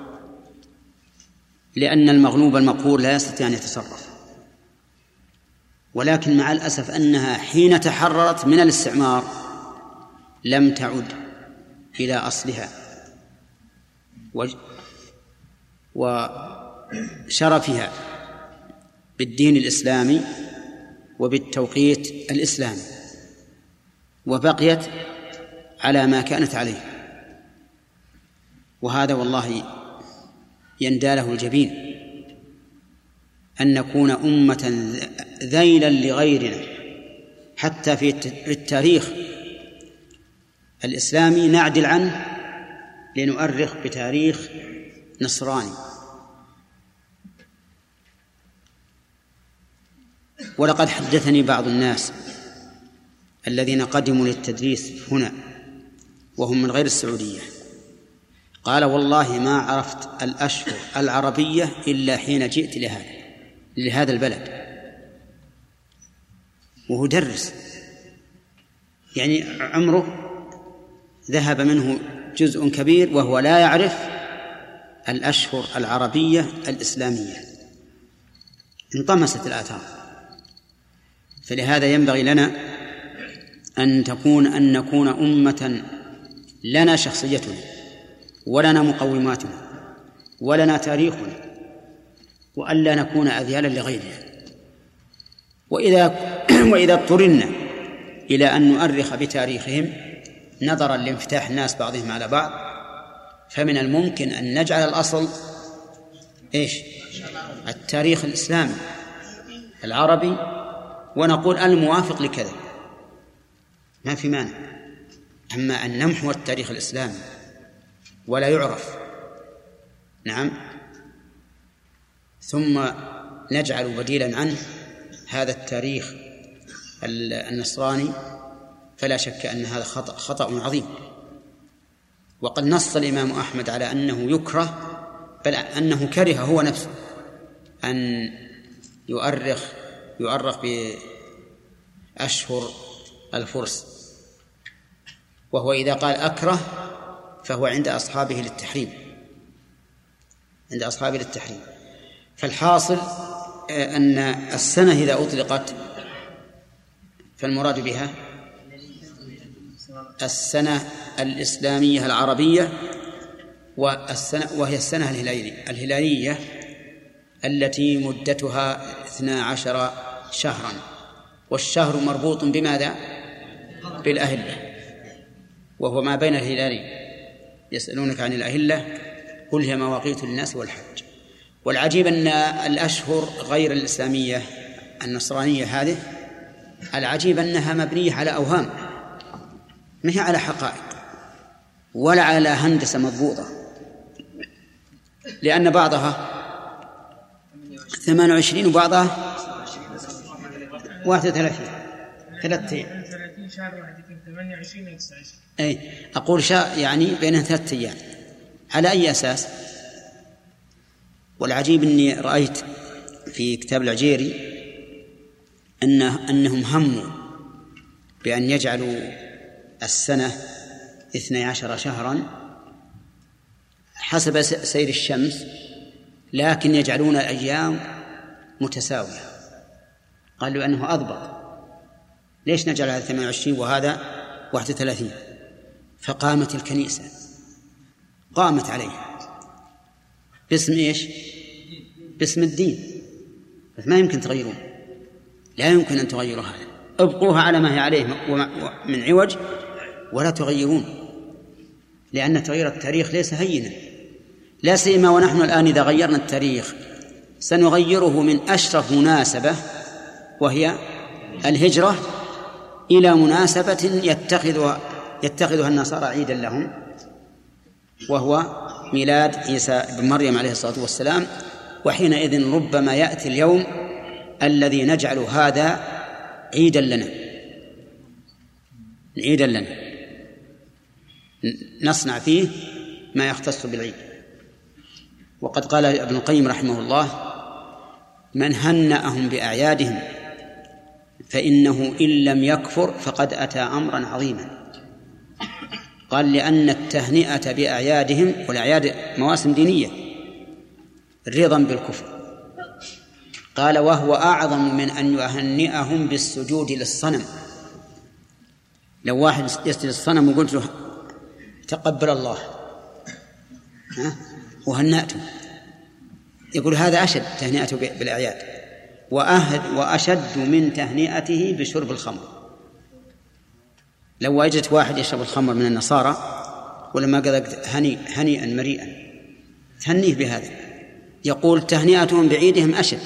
لأن المغلوب المقهور لا يستطيع أن يتصرف. ولكن مع الأسف أنها حين تحررت من الاستعمار لم تعد إلى أصلها وشرفها بالدين الإسلامي وبالتوقيت الإسلامي، وبقيت على ما كانت عليه. وهذا والله ينداله الجبين أن نكون أمة ذيلا لغيرنا، حتى في التاريخ الإسلامي نعدل عنه لنؤرخ بتاريخ نصراني. ولقد حدثني بعض الناس الذين قدموا للتدريس هنا وهم من غير السعودية، قال والله ما عرفت الأشهر العربية إلا حين جئت لهذا لهذا البلد، وهو درس، يعني عمره ذهب منه جزء كبير وهو لا يعرف الأشهر العربية الإسلامية، انطمست الآثار. فلهذا ينبغي لنا أن تكون أن نكون أمة لنا شخصيتنا ولنا مقوماتنا ولنا تاريخنا، وألا نكون أذيالا لغيرنا. وإذا وإذا اضطررنا إلى أن نؤرخ بتاريخهم نظرا لانفتاح الناس بعضهم على بعض فمن الممكن أن نجعل الأصل إيش؟ التاريخ الإسلامي العربي، ونقول الموافق لكذا، ما في مانع. أما أن نمحو التاريخ الإسلامي ولا يعرف، نعم، ثم نجعل بديلا عنه هذا التاريخ النصراني، فلا شك أن هذا خطأ خطأ عظيم. وقد نص الإمام أحمد على أنه يكره، بل أنه كره هو نفسه أن يؤرخ يؤرخ بأشهر الفرس، وهو إذا قال أكره فهو عند أصحابه للتحريم عند أصحابه للتحريم. فالحاصل أن السنة إذا أطلقت فالمراد بها السنة الإسلامية العربية، والسنة وهي السنة الهلالية التي مدتها اثنا عشر شهرا، والشهر مربوط بماذا؟ بالأهلة، وهو ما بين الهلالين. يسألونك عن الأهلة قل هي مواقيت للناس والحج. والعجيب أن الأشهر غير الإسلامية النصرانية هذه، العجيب أنها مبنية على أوهام، ما هي على حقائق ولا على هندسة مضبوطة، لأن بعضها ثمان وعشرين وبعضها واحد وثلاثين، ثلاثة أيام. أي أقول شاء يعني بينها ثلاثة أيام، على أي أساس؟ والعجيب أني رأيت في كتاب العجيري أنه أنهم هموا بأن يجعلوا السنة اثني عشر شهرا حسب سير الشمس، لكن يجعلون الأيام متساوية. قالوا أنه أضبط، ليش نجعل هذا ثمانية وعشرين وهذا واحد وثلاثين؟ فقامت الكنيسة، قامت عليه باسم إيش؟ باسم الدين. ما يمكن تغيرون، لا يمكن أن تغيروا هذا، ابقوها على ما هي عليه من عوج ولا تغيرون، لأن تغيير التاريخ ليس هينا، لا سيما ونحن الآن إذا غيرنا التاريخ سنغيره من أشرف مناسبة وهي الهجرة إلى مناسبة يتخذها يتخذها النصارى عيدا لهم، وهو ميلاد عيسى بن مريم عليه الصلاة والسلام. وحينئذ ربما يأتي اليوم الذي نجعل هذا عيدا لنا، عيدا لنا نصنع فيه ما يختص بالعيد. وقد قال ابن القيم رحمه الله: من هنأهم بأعيادهم فإنه إن لم يكفر فقد أتى أمرا عظيما. قال: لأن التهنئة بأعيادهم، والأعياد مواسم دينية، رضا بالكفر. قال: وهو أعظم من أن يهنئهم بالسجود للصنم. لو واحد يسجد للصنم وقلت له تقبل الله ها وهنأته، يقول هذا أشد تهنئته بالأعياد، وأهد وأشد من تهنئته بشرب الخمر. لو وجدت واحد يشرب الخمر من النصارى ولما قال هني هنيئا مريئا تهنيه بهذا، يقول تهنئتهم بعيدهم أشد،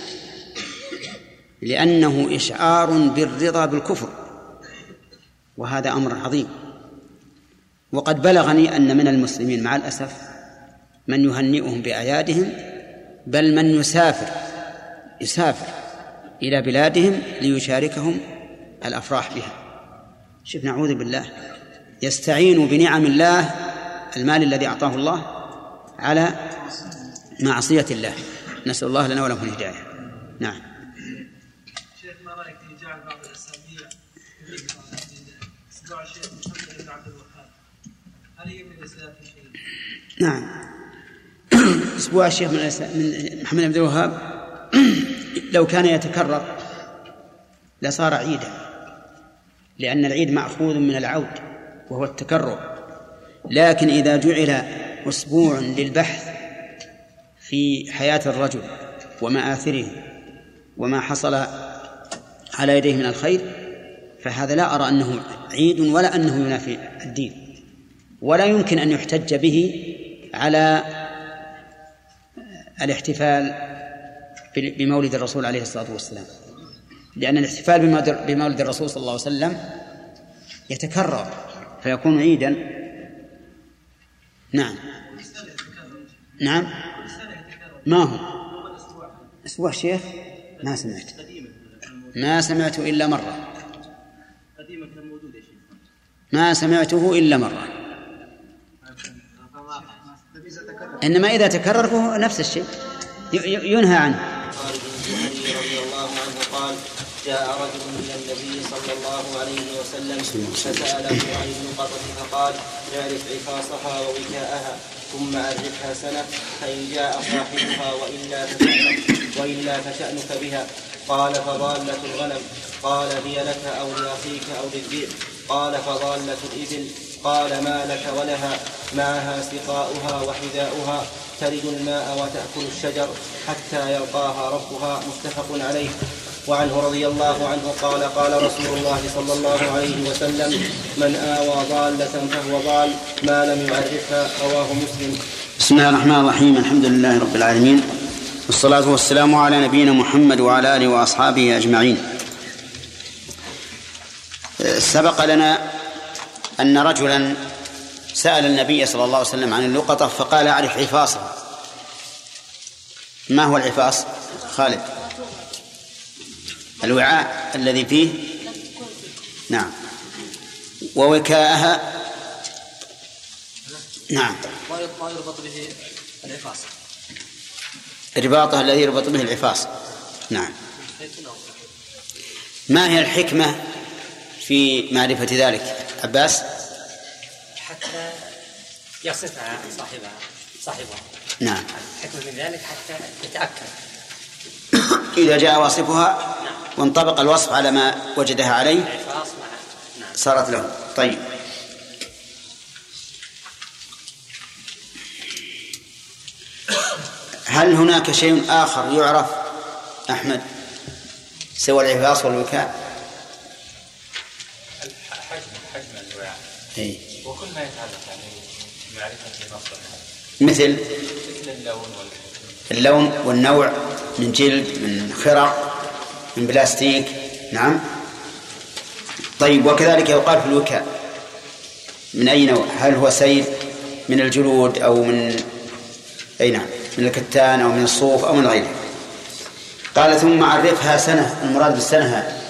لأنه إشعار بالرضا بالكفر، وهذا أمر عظيم. وقد بلغني أن من المسلمين مع الأسف من يهنئهم بأعيادهم، بل من يسافر يسافر إلى بلادهم ليشاركهم الأفراح بها. شوف، نعوذ بالله، يستعين بنعم الله، المال الذي أعطاه الله، على معصية الله. نسأل الله لنا ولهم الهداية. نعم. شيخ، ما رأيك في جعل بعض الأسابيع أسبوع الشيخ محمد بن عبد الوهاب، هل هي من الإسلام في شيء؟ نعم، أسبوع الشيخ من محمد بن عبد الوهاب لو كان يتكرر لصار عيدا، لأن العيد مأخوذ من العود وهو التكرر. لكن إذا جعل أسبوع للبحث في حياة الرجل ومآثره وما حصل على يديه من الخير، فهذا لا أرى أنه عيد ولا أنه ينافي الدين، ولا يمكن أن يحتج به على الاحتفال بمولد الرسول عليه الصلاة والسلام، لأن الاحتفال بمولد الرسول صلى الله عليه وسلم يتكرر فيكون عيدا. نعم نعم ما هو أسبوع شيخ؟ ما سمعت ما سمعته إلا مرة ما سمعته إلا مرة إنما إذا تكرر فهو نفس الشيء ينهى عنه. رضي الله عنه قال: جاء رجل إلى النبي صلى الله عليه وسلم فسأله عن النقطة فقال: اعرف عفاصها ووكاءها ثم أعرفها سنة، فإن جاء صاحبها وإلا فشأنك, وإلا فشأنك بها. قال: فضالة الغنم. قال: هي لك أو لأخيك أو للذئب؟ قال: فضالة الإبل. قال: ما لك ولها؟ معها سقاؤها وحذاؤها، تلد الماء وتأكل الشجر حتى يلقاها ربها. متفق عليه. وعنه رضي الله عنه قال: قال رسول الله صلى الله عليه وسلم: من آوى ضالة فهو ضال ما لم يعرفها. رواه مسلم. بسم الله الرحمن الرحيم. الحمد لله رب العالمين، والصلاة والسلام على نبينا محمد وعلى آله وأصحابه أجمعين. سبق لنا أن رجلا سأل النبي صلى الله عليه وسلم عن اللقطة فقال أعرف عفاصها. ما هو العفاص خالد؟ الوعاء الذي فيه نعم ووكاءها نعم ما يربط به العفاص، رباطها الذي يربط به العفاص. نعم. ما هي الحكمة في معرفة ذلك عباس؟ حتى يصفها صاحبها صاحبها نعم. الحكمة من ذلك حتى يتأكد إذا جاء واصفها وانطبق الوصف على ما وجدها عليه صارت له. طيب، هل هناك شيء آخر يعرف أحمد سوى العفاص والوكاء؟ حجم حجم الوعاء إيه؟ وكل ما يتعلق يعني معرفة مصلحة مثل مثل اللون اللون والنوع من جلد، من خرق، من بلاستيك. نعم. طيب، وكذلك يقال في الوكاء من أي نوع؟ هل هو سيل من الجلود أو من أي نعم من الكتان أو من الصوف أو من غيره؟ قال ثم عرفها سنة. المراد بالسنة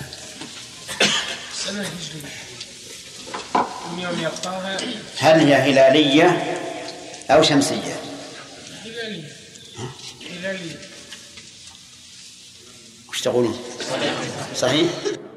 سنة هجرية من يوم يقطعها. هل هي هلالية أو شمسية؟ هلالية. هلالية. وش تقولون؟ صحيح؟